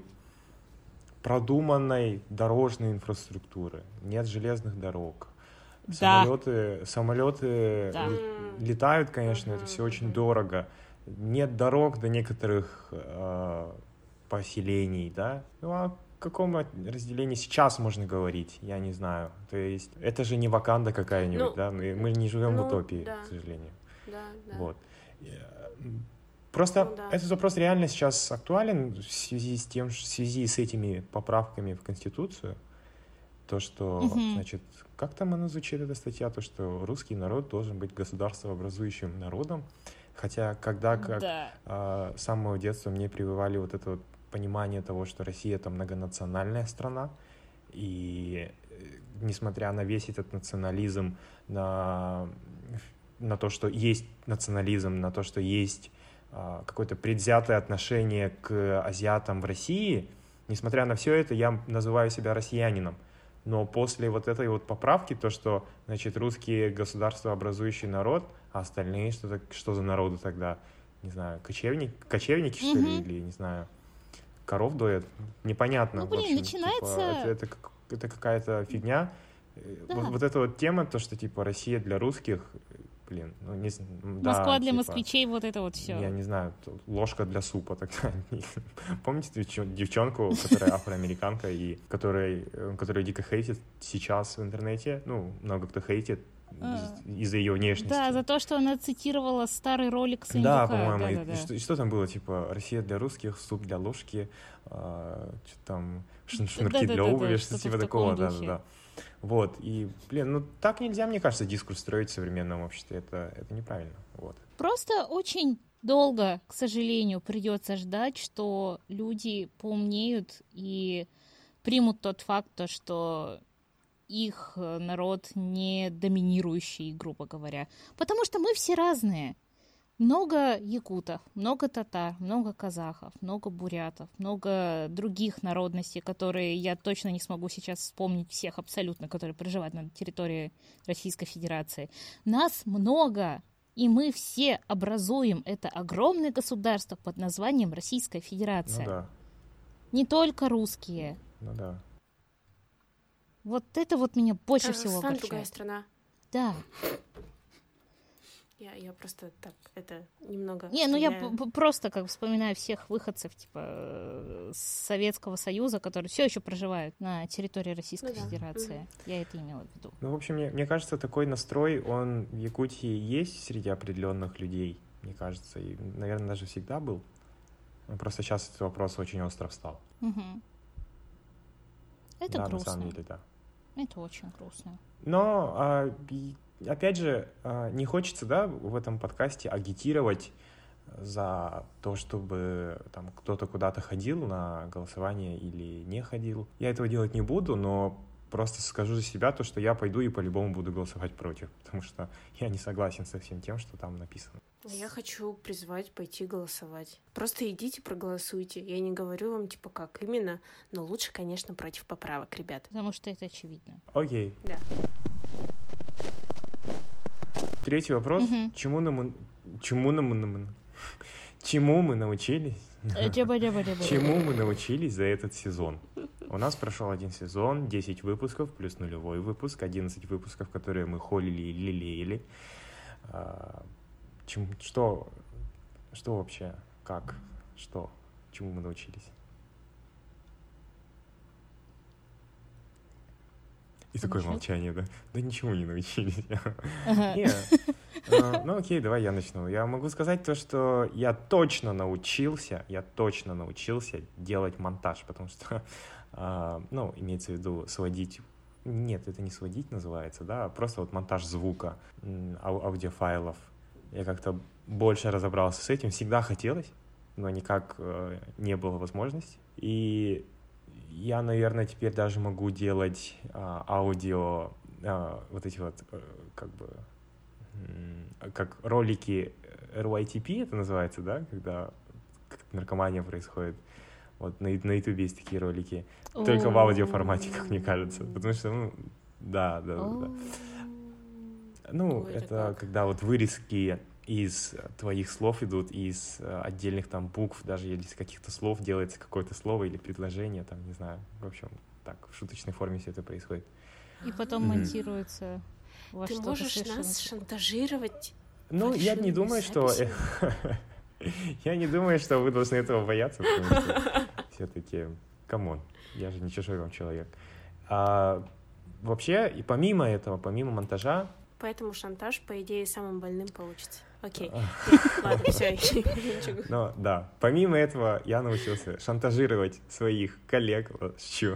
продуманной дорожной инфраструктуры, нет железных дорог. Да. Самолеты, самолеты Да. ле- летают, конечно, это все очень дорого. Нет дорог до некоторых э, поселений, да? Ну а о каком разделении сейчас можно говорить? Я не знаю. То есть это же не Ваканда какая-нибудь, Ну, да? Мы, мы не живем ну, в утопии, да. к сожалению. Да, да. Вот. Просто Ну да. этот вопрос реально сейчас актуален в связи с тем, в связи с этими поправками в Конституцию. То, что, Мгм. значит, как там она звучит, эта статья, то, что русский народ должен быть государствообразующим народом. Хотя, когда как Да. а, с самого детства мне прививали вот это вот понимание того, что Россия — это многонациональная страна, и э, несмотря на весь этот национализм, на, на то, что есть национализм, на то, что есть а, какое-то предвзятое отношение к азиатам в России, несмотря на все это, я называю себя россиянином. Но после вот этой вот поправки, то, что, значит, русские государствообразующий народ, а остальные что, так, что за народы тогда? Не знаю, кочевник, кочевники, что ли, Мгм. или, не знаю, коров доят? Непонятно. Ну, в блин, общем, начинается- типа, это, это, как- это какая-то фигня. Э, Да. Вот, вот эта вот тема, то, что, типа, Россия для русских, э, блин, ну, не з- да, Москва для типа, москвичей, вот это вот все. я не знаю, т- ложка для супа тогда. Помните девчон- девчонку, которая афроамериканка и которой, э, которую дико хейтит сейчас в интернете? Ну, много кто хейтит из- из-за ее внешности. Да, за то, что она цитировала старый ролик Да, Сындюка. по-моему. И- Да-да-да. И, что, и что там было? Типа, Россия для русских, суп для ложки, а, что там, шн- шнурки для Да-да-да-да, обуви, что что-то типа в такого, таком духе. да-да-да. Вот, и, блин, ну так нельзя, мне кажется, дискурс строить в современном обществе, это, это неправильно, вот. Просто очень долго, к сожалению, придется ждать, что люди поумнеют и примут тот факт, то, что их э, народ не доминирующий, грубо говоря. Потому что мы все разные. Много якутов, много татар, много казахов, много бурятов, много других народностей, которые я точно не смогу сейчас вспомнить всех абсолютно, которые проживают на территории Российской Федерации. Нас много, и мы все образуем это огромное государство под названием Российская Федерация. Ну да, Не только русские. ну да. Вот это вот меня больше всего Казахстан другая огорчает. страна. Да. Я, я просто так, это немного... Не, ну я вставляю. п- п- просто как вспоминаю всех выходцев типа э, с Советского Союза, которые все еще проживают на территории Российской Ну да. Федерации. Мгм. Я это имела в виду. Ну, в общем, мне, мне кажется, такой настрой, он в Якутии есть среди определенных людей, мне кажется, и, наверное, даже всегда был. Ну, просто сейчас этот вопрос очень остро встал. Мгм. Это Да, на грустно. самом деле, да. Это очень грустно. Но, а, и, опять же, а, не хочется, да, в этом подкасте агитировать за то, чтобы там кто-то куда-то ходил на голосование или не ходил. Я этого делать не буду, но просто скажу за себя то, что я пойду и по-любому буду голосовать против, потому что я не согласен со всем тем, что там написано. Я хочу призвать пойти голосовать. Просто идите, проголосуйте. Я не говорю вам, типа, как именно, но лучше, конечно, против поправок, ребят. Потому что это очевидно. Окей. Да. Третий вопрос. Мгм. Чему нам... Чему нам... нам- чему мы научились? Джаба-джаба-джаба. Чему мы научились за этот сезон? У нас прошел один сезон, десять выпусков, плюс нулевой выпуск, одиннадцать выпусков, которые мы холили и лелеяли. А, чем, что, что вообще, как, что, чему мы научились? И такое молчание, да? Да ничему не научились. Нет. Ну окей, давай я начну. Я могу сказать то, что я точно научился, я точно научился делать монтаж, потому что, ну, имеется в виду сводить. Нет, это не сводить называется, да, а просто вот монтаж звука, ау- аудиофайлов. Я как-то больше разобрался с этим. Всегда хотелось, но никак э, не было возможности. И я, наверное, теперь даже могу делать а, аудио, а, вот эти вот, а, как бы, м, как ролики эр уай ти пи это называется, да, когда как наркомания происходит. Вот на, на YouTube есть такие ролики, только в аудиоформате, как мне кажется, потому что, ну, да, да, да. Ну, это когда вот вырезки из твоих слов идут, из отдельных там букв, даже если из каких-то слов делается какое-то слово или предложение, там, не знаю, в общем, так, в шуточной форме все это происходит. И потом mm-hmm. монтируется во Ты что-то можешь совершенно... нас шантажировать? Ну, я не думаю, что... Я не думаю, что вы должны этого бояться, потому что все-таки, камон, я же не чужой вам человек. А, вообще, и помимо этого, помимо монтажа... Поэтому шантаж, по идее, самым больным получится. Окей, ладно, все. Ну, да, помимо этого я научился шантажировать своих коллег. Чё?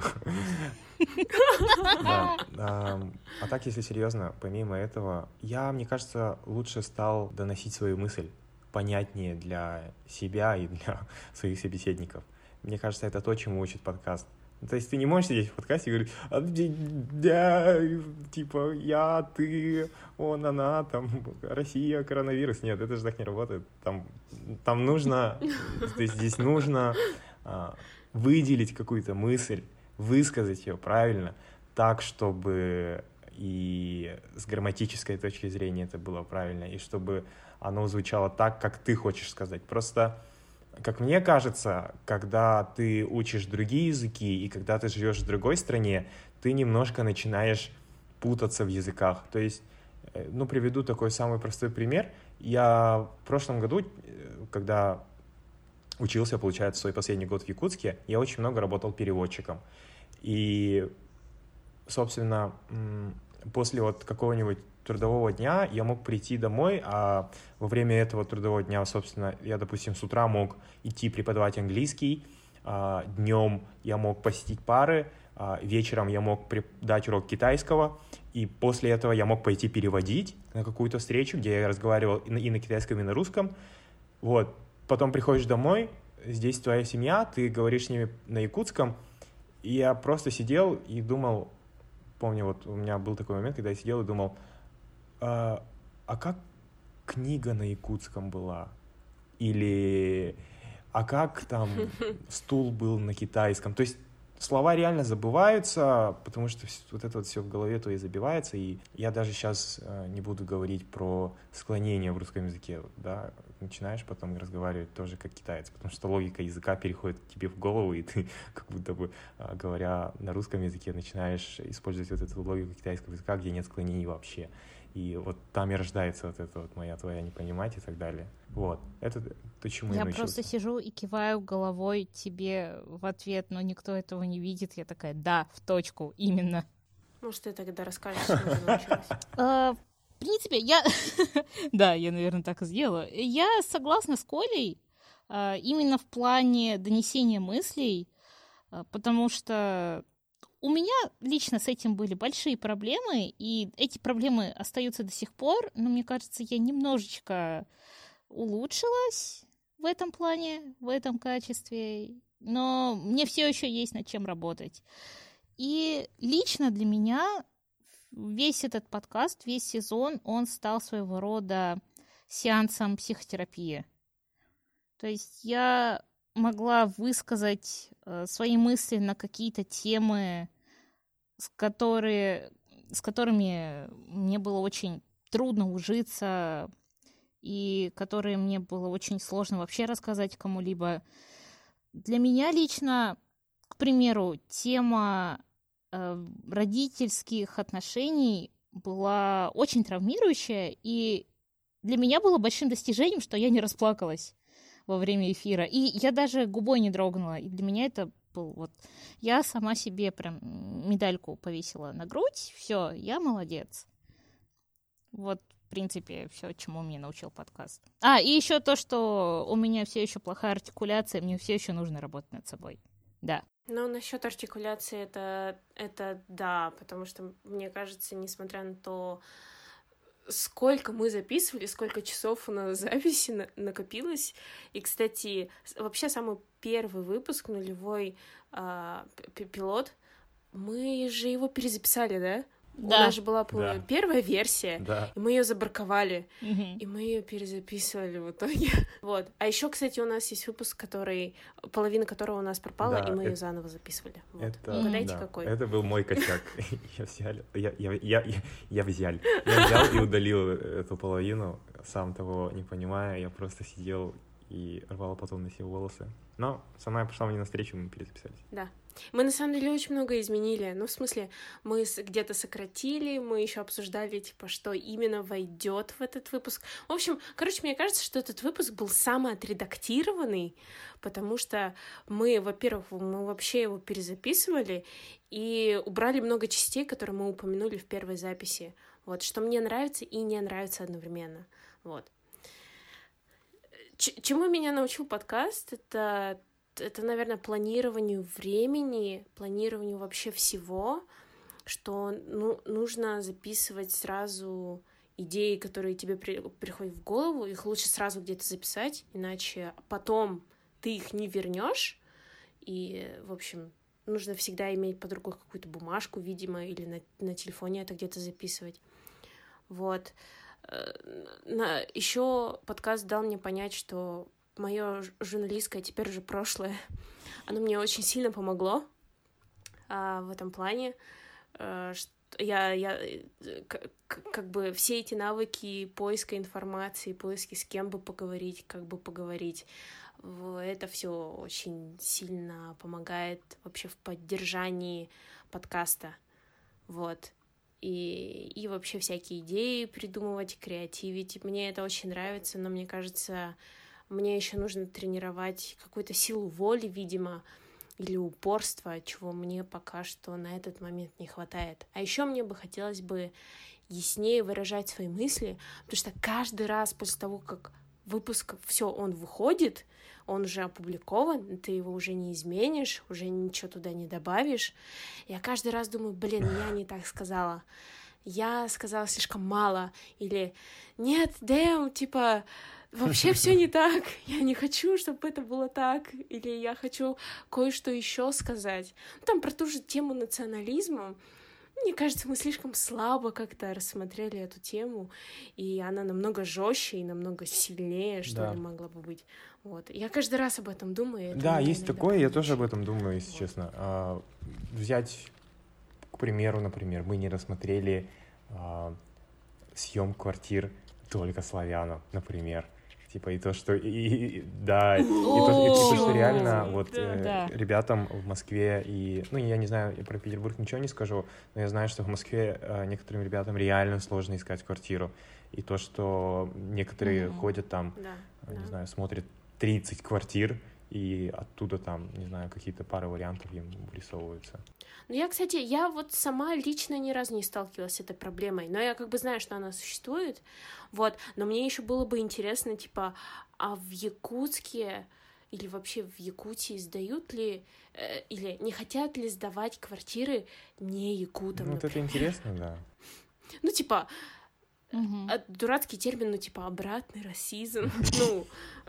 Да. А, а так, если серьезно, помимо этого, я, мне кажется, лучше стал доносить свою мысль понятнее для себя и для своих собеседников. Мне кажется, это то, чему учит подкаст. То есть ты не можешь сидеть в подкасте и говорить, да, типа, я, ты, он, она, там, Россия, коронавирус. Нет, это же так не работает. Там, там нужно, то есть здесь нужно а, выделить какую-то мысль, высказать ее правильно, так, чтобы и с грамматической точки зрения это было правильно, и чтобы оно звучало так, как ты хочешь сказать. Просто, как мне кажется, когда ты учишь другие языки и когда ты живешь в другой стране, ты немножко начинаешь путаться в языках. То есть, ну, приведу такой самый простой пример. Я в прошлом году, когда учился, получается, свой последний год в Якутске, я очень много работал переводчиком. И, собственно, после вот какого-нибудь трудового дня я мог прийти домой, а во время этого трудового дня, собственно, я, допустим, с утра мог идти преподавать английский, а, днем я мог посетить пары, а, вечером я мог дать урок китайского, и после этого я мог пойти переводить на какую-то встречу, где я разговаривал и на, и на китайском, и на русском. Вот. Потом приходишь домой, здесь твоя семья, ты говоришь с ними на якутском, и я просто сидел и думал, помню, вот у меня был такой момент, когда я сидел и думал, а, а как книга на якутском была? Или а как там стул был на китайском? То есть слова реально забываются, потому что вот это вот все в голове то и забивается, и я даже сейчас не буду говорить про склонение в русском языке, да, начинаешь потом разговаривать тоже как китаец, потому что логика языка переходит к тебе в голову, и ты как будто бы, говоря на русском языке, начинаешь использовать вот эту логику китайского языка, где нет склонений вообще. И вот там и рождается вот эта вот моя твоя не понимать и так далее. Вот. Это то, чему я Я научился. просто сижу и киваю головой тебе в ответ, но никто этого не видит. Я такая, да, в точку, именно. Может, ты тогда расскажешь, чему ты научилась? В принципе, я... Да, я, наверное, так и сделала. Я согласна с Колей именно в плане донесения мыслей, потому что у меня лично с этим были большие проблемы, и эти проблемы остаются до сих пор, но мне кажется, я немножечко улучшилась в этом плане, в этом качестве, но мне все еще есть над чем работать. И лично для меня весь этот подкаст, весь сезон, он стал своего рода сеансом психотерапии. То есть я могла высказать э, свои мысли на какие-то темы, с, которые, с которыми мне было очень трудно ужиться и которые мне было очень сложно вообще рассказать кому-либо. Для меня лично, к примеру, тема э, родительских отношений была очень травмирующая, и для меня было большим достижением, что я не расплакалась во время эфира. И я даже губой не дрогнула. И для меня это был вот... Я сама себе прям медальку повесила на грудь. Все, я молодец. Вот, в принципе, все, чему меня научил подкаст. А, и еще то, что у меня все еще плохая артикуляция, мне все еще нужно работать над собой. Да. Ну, насчет артикуляции это, это да, потому что, мне кажется, несмотря на то, сколько мы записывали, сколько часов у нас записи на- накопилось. И, кстати, вообще самый первый выпуск, нулевой а, п- пилот, мы же его перезаписали, да? Да. У нас же была Да. первая версия, Да. и мы ее забраковали, Мгм. и мы ее перезаписывали в итоге. Вот. А еще, кстати, у нас есть выпуск, который половина которого у нас пропала, Да, и мы ее это- заново записывали. Вот. Это, Угадайте, да, какой? это был мой косяк. Я взял, я, я, я, я, я взял. Я взял и удалил эту половину, сам того не понимая. Я просто сидел и рвал потом на себе волосы. Но сама пошла мне навстречу, мы перезаписались. Да. Мы на самом деле очень много изменили. Ну, в смысле, мы с- где-то сократили, мы еще обсуждали, типа, что именно войдет в этот выпуск. В общем, короче, мне кажется, что этот выпуск был самый отредактированный, потому что мы, во-первых, мы вообще его перезаписывали и убрали много частей, которые мы упомянули в первой записи. Вот, что мне нравится и не нравится одновременно. Вот. Ч- чему меня научил подкаст, это, это, наверное, планированию времени, планированию вообще всего, что ну, нужно записывать сразу идеи, которые тебе при- приходят в голову, их лучше сразу где-то записать, иначе потом ты их не вернешь, и, в общем, нужно всегда иметь под рукой какую-то бумажку, видимо, или на, на телефоне это где-то записывать. Вот. Еще подкаст дал мне понять, что мое журналистское теперь уже прошлое, оно мне очень сильно помогло а, в этом плане. А, что я, я как, как бы все эти навыки поиска информации, поиски с кем бы поговорить, как бы поговорить, это все очень сильно помогает вообще в поддержании подкаста. Вот. И, и вообще всякие идеи придумывать, креативить. Мне это очень нравится, но мне кажется, мне еще нужно тренировать какую-то силу воли, видимо, или упорство, чего мне пока что на этот момент не хватает. А еще мне бы хотелось бы яснее выражать свои мысли, потому что каждый раз после того, как выпуск, все, он выходит, он уже опубликован, ты его уже не изменишь, уже ничего туда не добавишь. Я каждый раз думаю, блин, я не так сказала, я сказала слишком мало, или нет, дэм, типа, вообще все не так, я не хочу, чтобы это было так, или я хочу кое-что еще сказать. Там про ту же тему национализма. Мне кажется, мы слишком слабо как-то рассмотрели эту тему, и она намного жестче и намного сильнее, что Да. ли, могла бы быть. Вот. Я каждый раз об этом думаю. и это Да, меня есть иногда такое, я прям тоже об очень- этом думаю, если Вот. честно. А, взять, к примеру, например, мы не рассмотрели а, съем квартир только славянам, например. Типа и то, что... И, и- и- да, и то, и то, что О, реально вот да. э, Да. ребятам в Москве и... Ну, я не знаю, я про Петербург ничего не скажу, но я знаю, что в Москве э, некоторым ребятам реально сложно искать квартиру. И то, что некоторые Мгм. ходят там, Да, э, не да. знаю, смотрят тридцать квартир, и оттуда там, не знаю, какие-то пары вариантов им вырисовываются. Ну, я, кстати, я вот сама лично ни разу не сталкивалась с этой проблемой, но я как бы знаю, что она существует, вот, но мне еще было бы интересно, типа, а в Якутске или вообще в Якутии сдают ли, э, или не хотят ли сдавать квартиры не якутам, Ну, вот это например? интересно, да. Ну, типа, Мгм. а, дурацкий термин, ну, типа, обратный расизм, ну,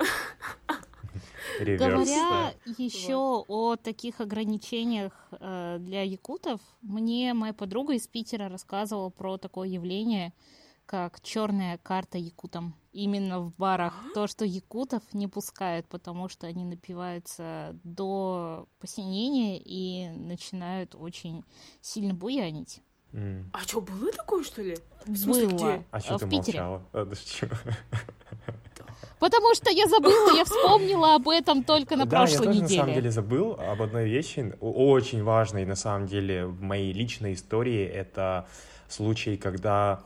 Реверс. Говоря еще о таких ограничениях э, для якутов, мне моя подруга из Питера рассказывала про такое явление, как черная карта якутам. Именно в барах. То, что якутов не пускают, потому что они напиваются до посинения и начинают очень сильно буянить. Mm. А что, было такое, что ли? В смысле, было. где? А что в ты Питере. молчала? А, да что? Потому что я забыла, я вспомнила об этом только на Да, я прошлой тоже неделе. на самом деле забыл об одной вещи, очень важной на самом деле в моей личной истории. Это случай, когда,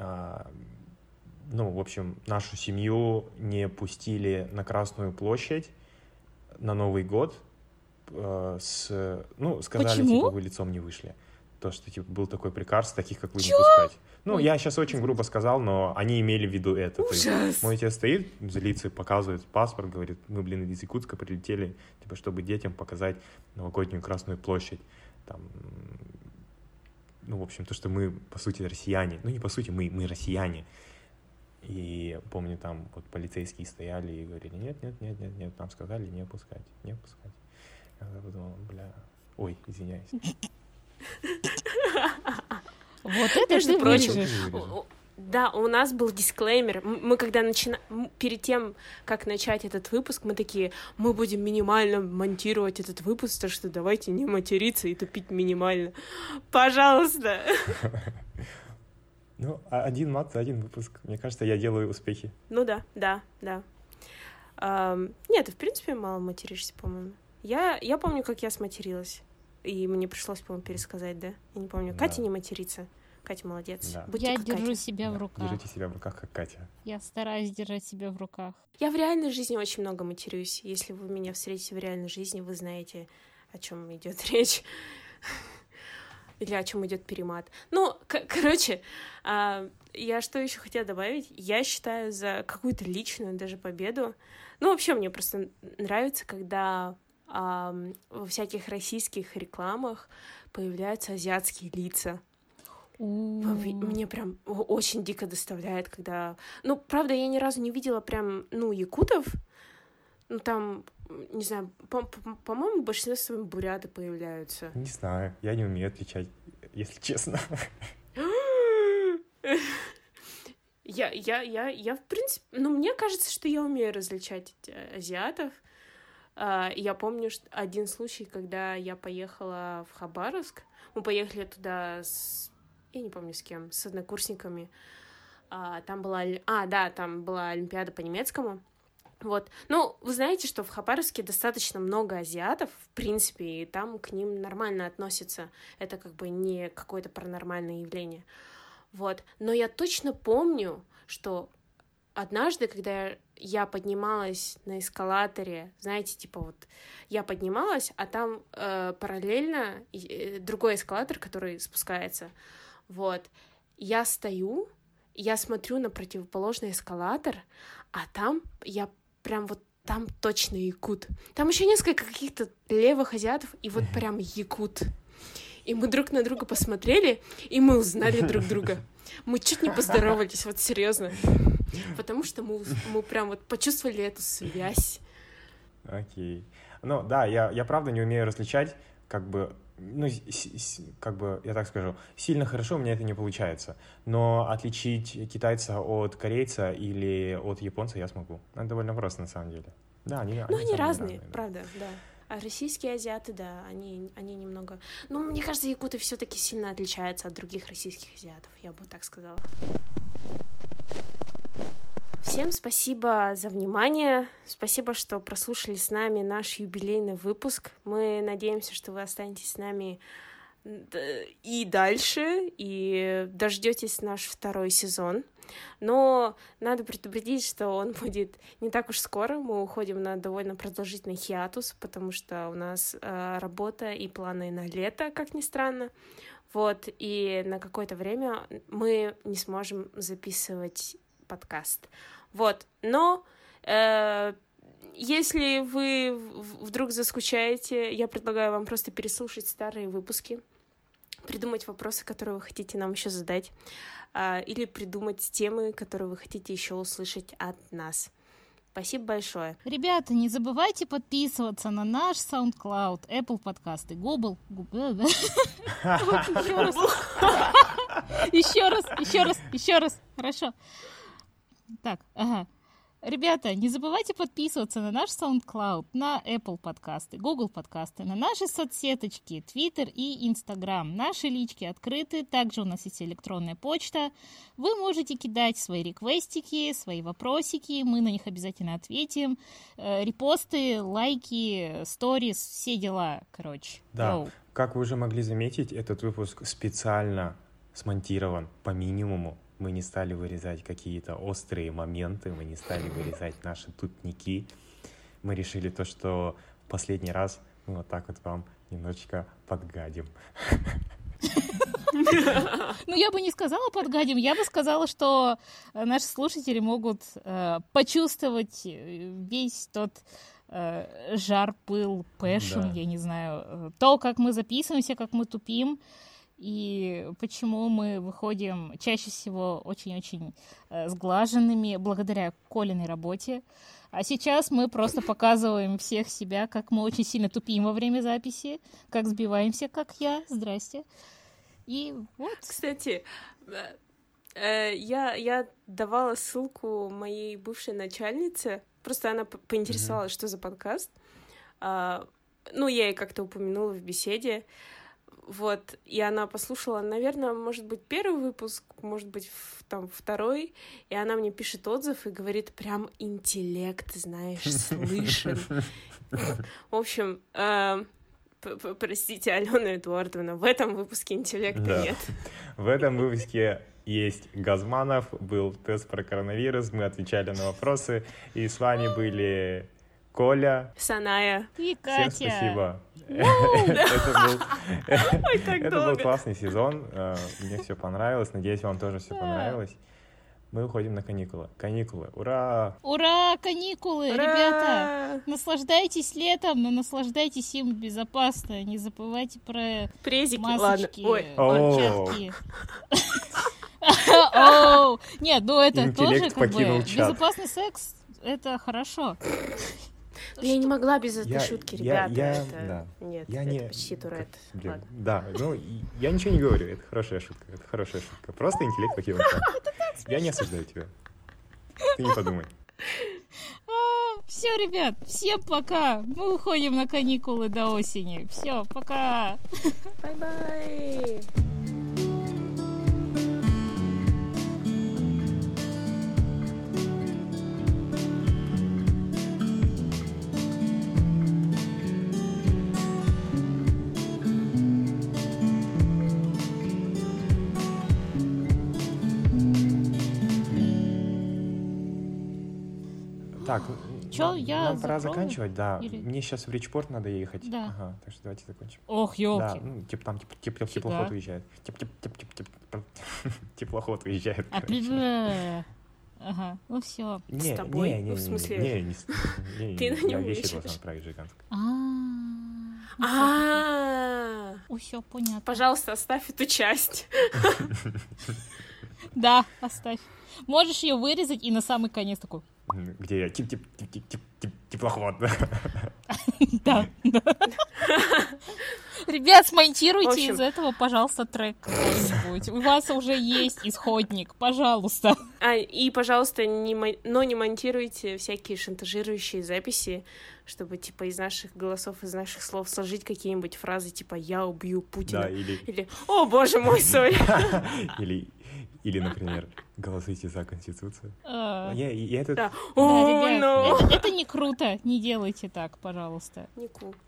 ну, в общем, нашу семью не пустили на Красную площадь на Новый год. С, ну, сказали, Почему? типа, вы лицом не вышли. То, что типа был такой приказ, таких, как вы, Чё? не пускать. Ну, Ой. я сейчас очень грубо сказал, но они имели в виду это. То есть Ужас! мой отец стоит, злится, показывает паспорт, говорит, мы, блин, из Якутска прилетели, типа, чтобы детям показать новогоднюю Красную площадь. Там, ну, в общем, то, что мы, по сути, россияне. Ну, не по сути, мы, мы россияне. И помню, там вот полицейские стояли и говорили, нет, нет, нет, нет, нет, нам сказали не пускать, не пускать. Я подумал, бля, ой, извиняюсь. Вот это Между ты прочим, вырежешь. у- да, у нас был дисклеймер. М- Мы когда начина... м, перед тем, как начать этот выпуск, мы такие, мы будем минимально монтировать этот выпуск, так что давайте не материться и тупить минимально. Пожалуйста. Ну, а один мат за один выпуск. Мне кажется, я делаю успехи. Ну да, да, да. Ам, Нет, ты в принципе мало материшься, по-моему. Я, я помню, как я сматерилась. И мне пришлось, по-моему, пересказать, да? Я не помню. Да. Катя не матерится. Катя молодец. Да. Будьте Я как держу Катя. себя в Да, руках. держите себя в руках, как Катя. Я стараюсь держать себя в руках. Я в реальной жизни очень много матерюсь. Если вы меня встретите в реальной жизни, вы знаете, о чем идет речь. Или о чем идет перемат. Ну, к- короче, а, я что еще хотела добавить? Я считаю за какую-то личную даже победу. Ну, вообще, мне просто нравится, когда а, во всяких российских рекламах появляются азиатские лица. У. Мне прям о- очень дико доставляет, когда... Ну, правда, я ни разу не видела прям, ну, якутов. Ну, там, не знаю, по- по- по-моему, в большинстве своем буряты появляются. Не знаю, я не умею отличать, если честно. Я, я, я, я, в принципе... Ну, мне кажется, что я умею различать э, азиатов. А, Я помню что один случай, когда я поехала в Хабаровск. Мы поехали туда с... Я не помню с кем, с однокурсниками. А, Там была... оли- А, да, там была Олимпиада по немецкому. Вот. Ну, вы знаете, что в Хабаровске достаточно много азиатов, в принципе, и там к ним нормально относятся. Это как бы не какое-то паранормальное явление. Вот. Но я точно помню, что однажды, когда я поднималась на эскалаторе, знаете, типа вот я поднималась, а там э, параллельно э, другой эскалатор, который спускается. Вот. Я стою, я смотрю на противоположный эскалатор, а там я прям вот там точно якут. Там еще несколько каких-то левых азиатов, и вот прям якут. И мы друг на друга посмотрели, и мы узнали друг друга. Мы чуть не поздоровались, вот серьезно. Потому что мы, мы прям вот почувствовали эту связь. Окей. Ну, да, я, я правда не умею различать, как бы, ну, с- с- как бы, я так скажу, сильно хорошо у меня это не получается. Но отличить китайца от корейца или от японца я смогу. Это довольно просто, на самом деле. Да, они, Ну, они они самые разные, да. правда, да. А российские азиаты, да, они, они немного... Ну, мне кажется, якуты все-таки сильно отличаются от других российских азиатов, я бы так сказала. Всем спасибо за внимание. Спасибо, что прослушали с нами наш юбилейный выпуск. Мы надеемся, что вы останетесь с нами д- и дальше, и дождетесь наш второй сезон. Но надо предупредить, что он будет не так уж скоро. Мы уходим на довольно продолжительный хиатус, потому что у нас э, работа и планы на лето, как ни странно. Вот, и на какое-то время мы не сможем записывать подкаст. Вот, но э, если вы в- вдруг заскучаете, я предлагаю вам просто переслушать старые выпуски, придумать вопросы, которые вы хотите нам еще задать, э, или придумать темы, которые вы хотите еще услышать от нас. Спасибо большое. Ребята, не забывайте подписываться на наш SoundCloud, Apple подкасты, Google. Google. Еще раз. Еще раз, еще раз, еще раз. Хорошо. Так, ага. Ребята, не забывайте подписываться на наш SoundCloud, на Apple подкасты, Google подкасты, на наши соцсеточки, Twitter и Instagram. Наши лички открыты, также у нас есть электронная почта. Вы можете кидать свои реквестики, свои вопросики, мы на них обязательно ответим. Э, репосты, лайки, сторис, все дела, короче. Да, Гоу. как вы уже могли заметить, этот выпуск специально смонтирован по минимуму. Мы не стали вырезать какие-то острые моменты, мы не стали вырезать наши тутники. Мы решили то, что в последний раз мы вот так вот вам немножечко подгадим. Ну, я бы не сказала подгадим, я бы сказала, что э, наши слушатели могут э, почувствовать э, весь тот э, жар, пыл, пэшн, Да. я не знаю, э, то, как мы записываемся, как мы тупим, и почему мы выходим чаще всего очень-очень э, сглаженными благодаря Колиной работе. А сейчас мы просто показываем всех себя, как мы очень сильно тупим во время записи, как сбиваемся, как я. Здрасте. И вот. Кстати, э, э, я, я давала ссылку моей бывшей начальнице, просто она п- поинтересовалась, что за подкаст. А, ну, я ей как-то упомянула в беседе. Вот, и она послушала, наверное, может быть, первый выпуск, может быть, в- там второй, и она мне пишет отзыв и говорит, прям интеллект, знаешь, слышен. В общем, э, п- п- простите, Алена Эдуардовна, в этом выпуске интеллекта Да. нет. В этом выпуске есть Газманов, был тест про коронавирус, мы отвечали на вопросы, и с вами были Коля. Саная. И Всем Катя. спасибо. Это был Ой, так это был долго. классный сезон, э, мне все понравилось, надеюсь, вам тоже все Да. понравилось. Мы уходим на каникулы. Каникулы, ура! Ура, каникулы, Ура! ребята! Наслаждайтесь летом, но наслаждайтесь им безопасно. Не забывайте про Презики, ладно. масочки, Ой, О. перчатки. Оу. Нет, ну это Интеллект тоже как бы покинул чат. безопасный секс. Это хорошо. я не могла без этой Я- шутки, я- ребята. я- это... да. Нет, Я это не... почти Турет. Блин, Ладно. да, ну, и- я ничего не говорю, это хорошая шутка, это хорошая шутка. Просто интеллект покинул чат. Я не осуждаю тебя. Ты не подумай. Все, ребят, всем пока. Мы уходим на каникулы до осени. Все, пока. Бай-бай! Так, Чё, нам, я нам пора закрою? заканчивать, да. Или- Мне сейчас в Ричпорт надо ехать. Да. Ага, так что давайте закончим. Ох, Да, елки. ну, типа там типа, типа, Фига. теплоход уезжает. Тип, тип, тип, тип, тип, теплоход уезжает. А, короче. бля. Ага, ну все. Не, С тобой? не, не, Ну, в не, смысле? Не, не, с- не, Ты не, на я нём вещи уезжаешь. должен отправить Жиганск. А. А, Все понятно. пожалуйста, оставь эту часть. Да, оставь. Можешь ее вырезать и на самый конец такой. Где я? Тип, тип, тип, тип, тип, тип, теплоход. Да, да. Ребят, смонтируйте В общем- из этого, пожалуйста, трек какой-нибудь. У вас уже есть исходник, пожалуйста. А, и, пожалуйста, не мон- но не монтируйте всякие шантажирующие записи, чтобы, типа, из наших голосов, из наших слов сложить какие-нибудь фразы, типа «я убью Путина». Да, или, Или «О, боже мой, сори». или, или, например, голосуйте за Конституцию. А, Я, я это Да. Да, О, ребят, ну. это, это не круто, не делайте так, пожалуйста. Не кул.